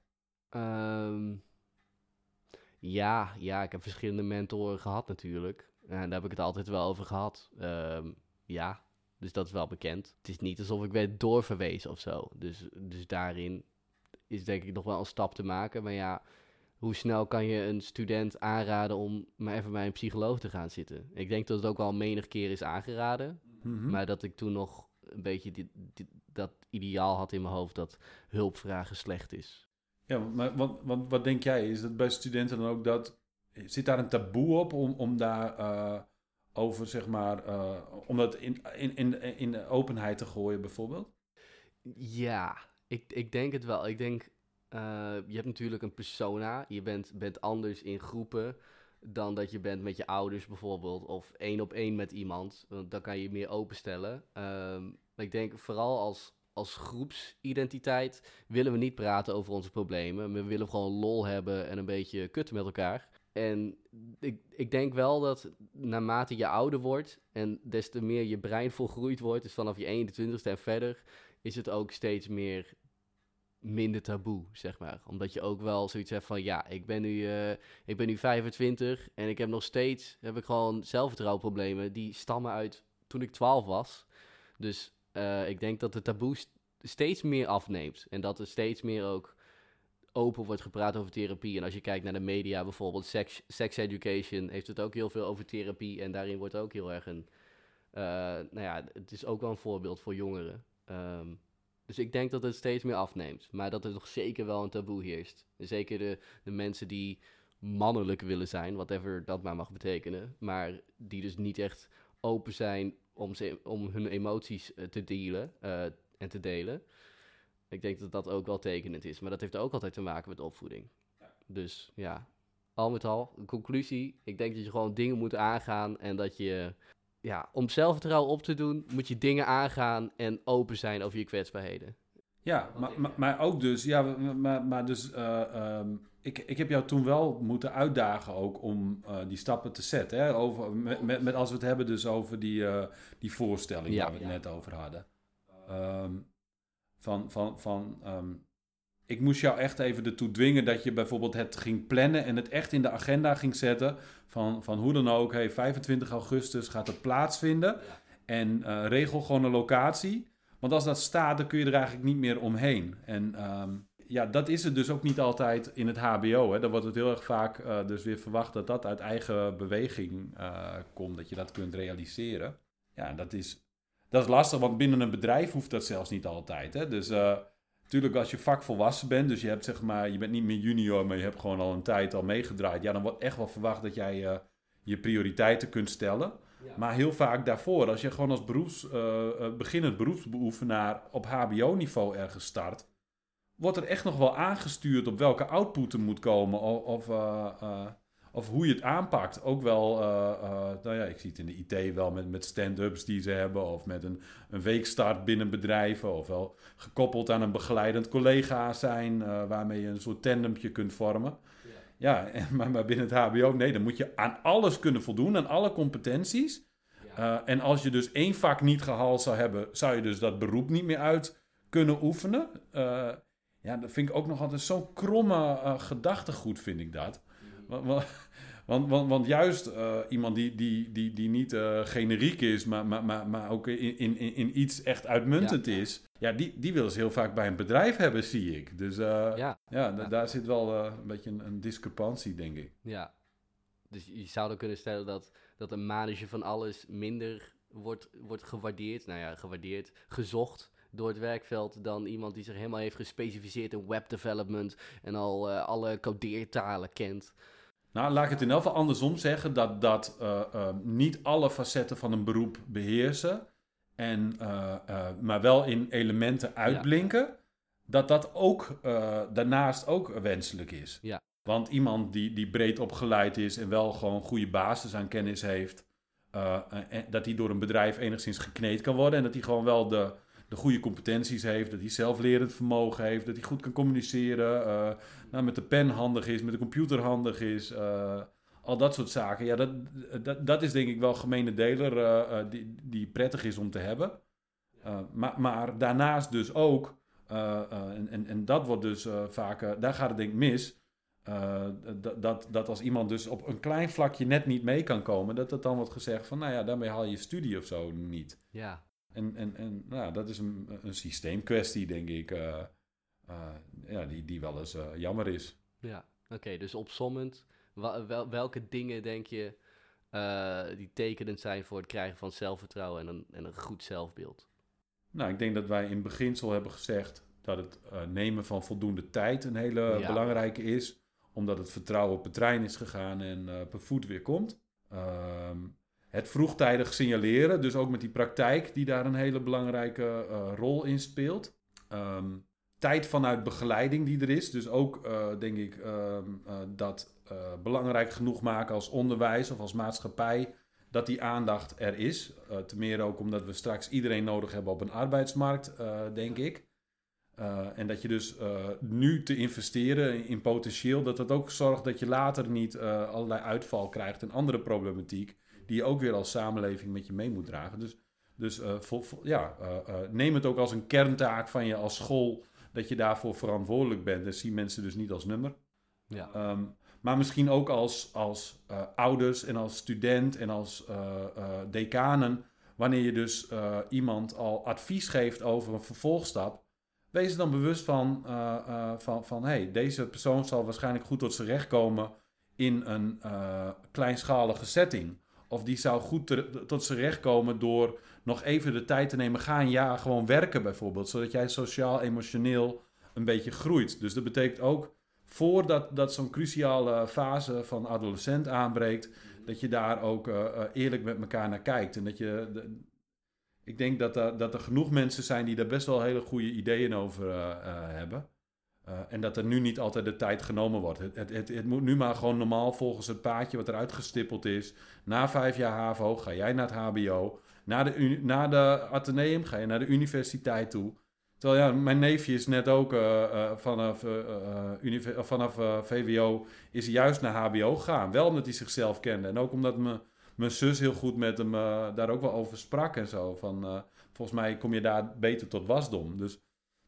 Um, ja, ja, ik heb verschillende mentoren gehad natuurlijk. En daar heb ik het altijd wel over gehad. Um, ja, dus dat is wel bekend. Het is niet alsof ik werd doorverwezen of zo. Dus, dus daarin is denk ik nog wel een stap te maken. Maar ja, hoe snel kan je een student aanraden om maar even bij een psycholoog te gaan zitten? Ik denk dat het ook wel menig keer is aangeraden. Mm-hmm. Maar dat ik toen nog een beetje die, die, dat ideaal had in mijn hoofd dat hulpvragen slecht is. Ja, maar wat, wat, wat denk jij? Is dat bij studenten dan ook dat... Zit daar een taboe op om, om daar uh, over, zeg maar... Uh, om dat in, in, in, in de openheid te gooien bijvoorbeeld? Ja, ik, ik denk het wel. Ik denk... Uh, je hebt natuurlijk een persona. Je bent, bent anders in groepen dan dat je bent met je ouders bijvoorbeeld. Of één op één met iemand. Want dan kan je je meer openstellen. Um, ik denk vooral als, als groepsidentiteit willen we niet praten over onze problemen. We willen gewoon lol hebben en een beetje kutten met elkaar. En ik, ik denk wel dat naarmate je ouder wordt en des te meer je brein volgroeid wordt, dus vanaf je eenentwintigste en verder, is het ook steeds meer... minder taboe, zeg maar. Omdat je ook wel zoiets hebt van, ja, ik ben nu, uh, ik ben nu vijfentwintig en ik heb nog steeds, heb ik gewoon zelfvertrouwproblemen die stammen uit toen ik twaalf was. Dus uh, ik denk dat de taboe st- steeds meer afneemt en dat er steeds meer ook open wordt gepraat over therapie. En als je kijkt naar de media bijvoorbeeld, sex, sex education heeft het ook heel veel over therapie en daarin wordt ook heel erg een, uh, nou ja, het is ook wel een voorbeeld voor jongeren. Um, Dus ik denk dat het steeds meer afneemt. Maar dat er nog zeker wel een taboe heerst. Zeker de, de mensen die mannelijk willen zijn, whatever dat maar mag betekenen. Maar die dus niet echt open zijn om, ze, om hun emoties uh, te dealen uh, en te delen. Ik denk dat dat ook wel tekenend is. Maar dat heeft ook altijd te maken met opvoeding. Ja. Dus ja, al met al, een conclusie. Ik denk dat je gewoon dingen moet aangaan en dat je... Ja, om zelfvertrouwen op te doen, moet je dingen aangaan en open zijn over je kwetsbaarheden. Ja, maar, maar, maar ook dus, ja, maar, maar dus, uh, um, ik, ik heb jou toen wel moeten uitdagen ook om uh, die stappen te zetten. Hè? Over, met, met, met als we het hebben dus over die, uh, die voorstelling ja, waar we het ja. net over hadden. Um, van, van, van, um, ik moest jou echt even ertoe dwingen dat je bijvoorbeeld het ging plannen en het echt in de agenda ging zetten. Van, van hoe dan ook, hey, vijfentwintig augustus gaat het plaatsvinden. Ja. En uh, regel gewoon een locatie. Want als dat staat, dan kun je er eigenlijk niet meer omheen. En um, ja, dat is het dus ook niet altijd in het H B O. Hè. Dan wordt het heel erg vaak uh, dus weer verwacht dat dat uit eigen beweging uh, komt. Dat je dat kunt realiseren. Ja, dat is, dat is lastig, want binnen een bedrijf hoeft dat zelfs niet altijd. Hè. Dus uh, natuurlijk als je vakvolwassen bent, dus je, hebt, zeg maar, je bent niet meer junior, maar je hebt gewoon al een tijd al meegedraaid. Ja, dan wordt echt wel verwacht dat jij uh, je prioriteiten kunt stellen. Ja. Maar heel vaak daarvoor, als je gewoon als beroeps, uh, beginnend beroepsbeoefenaar op H B O-niveau ergens start, wordt er echt nog wel aangestuurd op welke output er moet komen of, of, uh, uh, of hoe je het aanpakt. Ook wel, uh, uh, nou ja, ik zie het in de I T wel met, met stand-ups die ze hebben of met een, een weekstart binnen bedrijven of wel gekoppeld aan een begeleidend collega zijn uh, waarmee je een soort tandempje kunt vormen. Ja, en, maar, maar binnen het H B O, nee, dan moet je aan alles kunnen voldoen, aan alle competenties. Ja. Uh, en als je dus één vak niet gehaald zou hebben, zou je dus dat beroep niet meer uit kunnen oefenen. Uh, ja, dat vind ik ook nog altijd zo'n kromme uh, gedachtegoed, vind ik dat. Mm-hmm. Want, want, want, want juist uh, iemand die, die, die, die niet uh, generiek is, maar, maar, maar, maar ook in, in, in iets echt uitmuntend ja. is, ja, die, die willen ze heel vaak bij een bedrijf hebben, zie ik. Dus uh, ja, ja, d- ja, daar zit wel uh, een beetje een, een discrepantie, denk ik. Ja, dus je zou dan kunnen stellen dat, dat een manager van alles minder wordt, wordt gewaardeerd, nou ja, gewaardeerd, gezocht door het werkveld dan iemand die zich helemaal heeft gespecificeerd in webdevelopment en al uh, alle codeertalen kent. Nou, laat ik het in elk geval andersom zeggen, dat, dat uh, uh, niet alle facetten van een beroep beheersen, en, uh, uh, maar wel in elementen uitblinken, ja. dat dat ook uh, daarnaast ook wenselijk is. Ja. Want iemand die, die breed opgeleid is en wel gewoon goede basis aan kennis heeft, uh, en dat hij door een bedrijf enigszins gekneed kan worden en dat hij gewoon wel de, de goede competenties heeft, dat hij zelflerend vermogen heeft, dat hij goed kan communiceren, uh, nou, met de pen handig is, met de computer handig is, uh, al dat soort zaken. Ja, dat, dat, dat is denk ik wel een gemene deler uh, uh, die, die prettig is om te hebben. Uh, maar, maar daarnaast dus ook, uh, uh, en, en, en dat wordt dus uh, vaak, uh, daar gaat het denk ik mis, uh, dat, dat, dat als iemand dus op een klein vlakje net niet mee kan komen, dat dat dan wordt gezegd van, nou ja, daarmee haal je je studie of zo niet. Ja. En, en, en nou, dat is een, een systeemkwestie, denk ik, uh, uh, ja, die, die wel eens uh, jammer is. Ja, oké, okay, dus opsommend, wel, wel, welke dingen denk je uh, die tekenend zijn voor het krijgen van zelfvertrouwen en een, en een goed zelfbeeld? Nou, ik denk dat wij in beginsel hebben gezegd dat het uh, nemen van voldoende tijd een hele ja. belangrijke is, omdat het vertrouwen op het trein is gegaan en uh, per voet weer komt. Um, Het vroegtijdig signaleren, dus ook met die praktijk die daar een hele belangrijke uh, rol in speelt. Um, tijd vanuit begeleiding die er is, dus ook uh, denk ik uh, uh, dat uh, belangrijk genoeg maken als onderwijs of als maatschappij, dat die aandacht er is. Uh, te meer ook omdat we straks iedereen nodig hebben op een arbeidsmarkt, uh, denk ik. Uh, en dat je dus uh, nu te investeren in, in potentieel, dat dat ook zorgt dat je later niet uh, allerlei uitval krijgt en andere problematiek, die je ook weer als samenleving met je mee moet dragen. Dus, dus uh, vo, vo, ja, uh, uh, neem het ook als een kerntaak van je als school, dat je daarvoor verantwoordelijk bent. En zie mensen dus niet als nummer. Ja. Um, maar misschien ook als, als uh, ouders en als student en als uh, uh, decanen, wanneer je dus uh, iemand al advies geeft over een vervolgstap, wees er dan bewust van, uh, uh, van, van hey, deze persoon zal waarschijnlijk goed tot zijn recht komen in een uh, kleinschalige setting. Of die zou goed te, tot zijn recht komen door nog even de tijd te nemen. Ga een jaar gewoon werken bijvoorbeeld. Zodat jij sociaal, emotioneel een beetje groeit. Dus dat betekent ook, voordat dat zo'n cruciale fase van adolescent aanbreekt, dat je daar ook uh, uh, eerlijk met elkaar naar kijkt. En dat je, de, ik denk dat, uh, dat er genoeg mensen zijn die daar best wel hele goede ideeën over uh, uh, hebben. Uh, en dat er nu niet altijd de tijd genomen wordt. Het, het, het, het moet nu maar gewoon normaal volgens het paadje wat er uitgestippeld is. Na vijf jaar HAVO ga jij naar het H B O. Na de, uni, na de ateneum ga je naar de universiteit toe. Terwijl ja, mijn neefje is net ook uh, uh, vanaf, uh, uh, univ- vanaf uh, V W O is juist naar H B O gegaan. Wel omdat hij zichzelf kende. En ook omdat me, mijn zus heel goed met hem uh, daar ook wel over sprak en zo. Van, uh, volgens mij kom je daar beter tot wasdom. Dus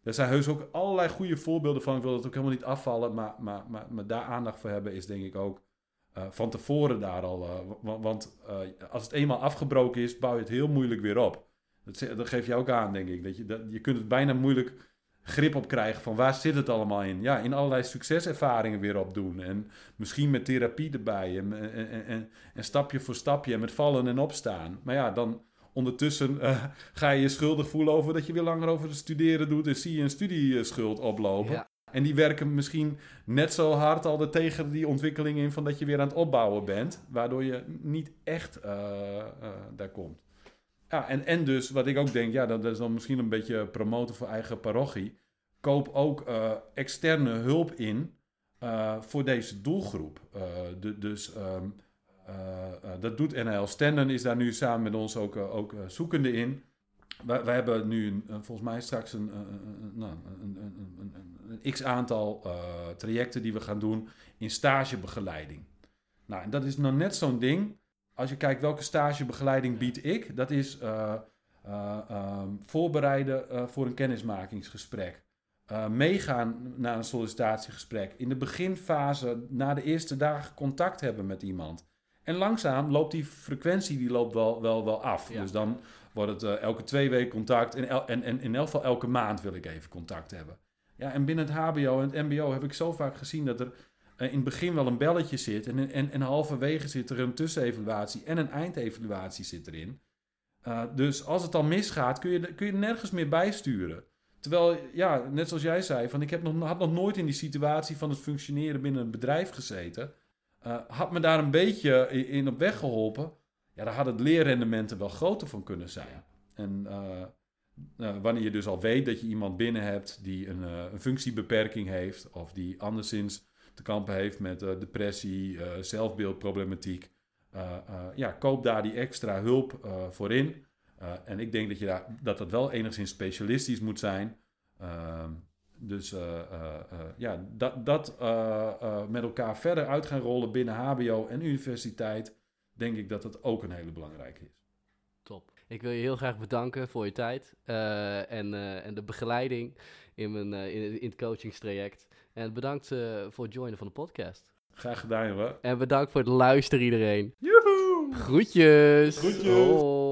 Er zijn heus ook allerlei goede voorbeelden van. Ik wil dat ook helemaal niet afvallen. Maar, maar, maar, maar daar aandacht voor hebben is denk ik ook uh, van tevoren daar al. Uh, want want uh, als het eenmaal afgebroken is, bouw je het heel moeilijk weer op. Dat, dat geef je ook aan, denk ik. Dat je, dat, je kunt het bijna moeilijk grip op krijgen van waar zit het allemaal in. Ja, in allerlei succeservaringen weer opdoen. En misschien met therapie erbij. En, en, en, en stapje voor stapje. En met vallen en opstaan. Maar ja, dan ondertussen uh, ga je je schuldig voelen over dat je weer langer over het studeren doet. En zie je een studieschuld oplopen. Ja. En die werken misschien net zo hard al tegen die ontwikkeling in van dat je weer aan het opbouwen bent. Waardoor je niet echt uh, uh, daar komt. Ja, en, en dus wat ik ook denk, ja, dat, dat is dan misschien een beetje promoten voor eigen parochie. Koop ook uh, externe hulp in uh, voor deze doelgroep. Uh, de, dus um, uh, uh, dat doet N L. Stenden is daar nu samen met ons ook, uh, ook uh, zoekende in. Wij, wij hebben nu een, uh, volgens mij straks een, uh, een, nou, een, een, een, een, een x-aantal uh, trajecten die we gaan doen in stagebegeleiding. Nou, en dat is nou net zo'n ding. Als je kijkt welke stagebegeleiding bied ik, dat is uh, uh, uh, voorbereiden uh, voor een kennismakingsgesprek. Uh, meegaan naar een sollicitatiegesprek. In de beginfase, na de eerste dagen, contact hebben met iemand. En langzaam loopt die frequentie die loopt wel, wel, wel af. Ja. Dus dan wordt het uh, elke twee weken contact. En, el- en, en in elk geval elke maand wil ik even contact hebben. Ja, en binnen het H B O en het M B O heb ik zo vaak gezien dat er Uh, in het begin wel een belletje zit en, en, en halverwege zit er een tussenevaluatie en een eindevaluatie zit erin. Uh, dus als het al misgaat, kun je, kun je nergens meer bijsturen. Terwijl, ja, net zoals jij zei, van ik heb nog, had nog nooit in die situatie van het functioneren binnen een bedrijf gezeten. Uh, had me daar een beetje in, in op weg geholpen. Ja, dan had het leerrendement er wel groter van kunnen zijn. En uh, uh, wanneer je dus al weet dat je iemand binnen hebt die een, uh, een functiebeperking heeft of die anderszins te kampen heeft met uh, depressie, uh, zelfbeeldproblematiek. Uh, uh, ja, koop daar die extra hulp uh, voor in. Uh, en ik denk dat, je daar, dat dat wel enigszins specialistisch moet zijn. Uh, dus uh, uh, uh, ja, dat, dat uh, uh, met elkaar verder uit gaan rollen binnen H B O en universiteit, denk ik dat dat ook een hele belangrijke is. Top. Ik wil je heel graag bedanken voor je tijd uh, en, uh, en de begeleiding in, mijn, uh, in, in het coachingstraject. En bedankt uh, voor het joinen van de podcast. Graag gedaan, jongen. En bedankt voor het luisteren iedereen. Joehoe! Groetjes! Groetjes! Oh.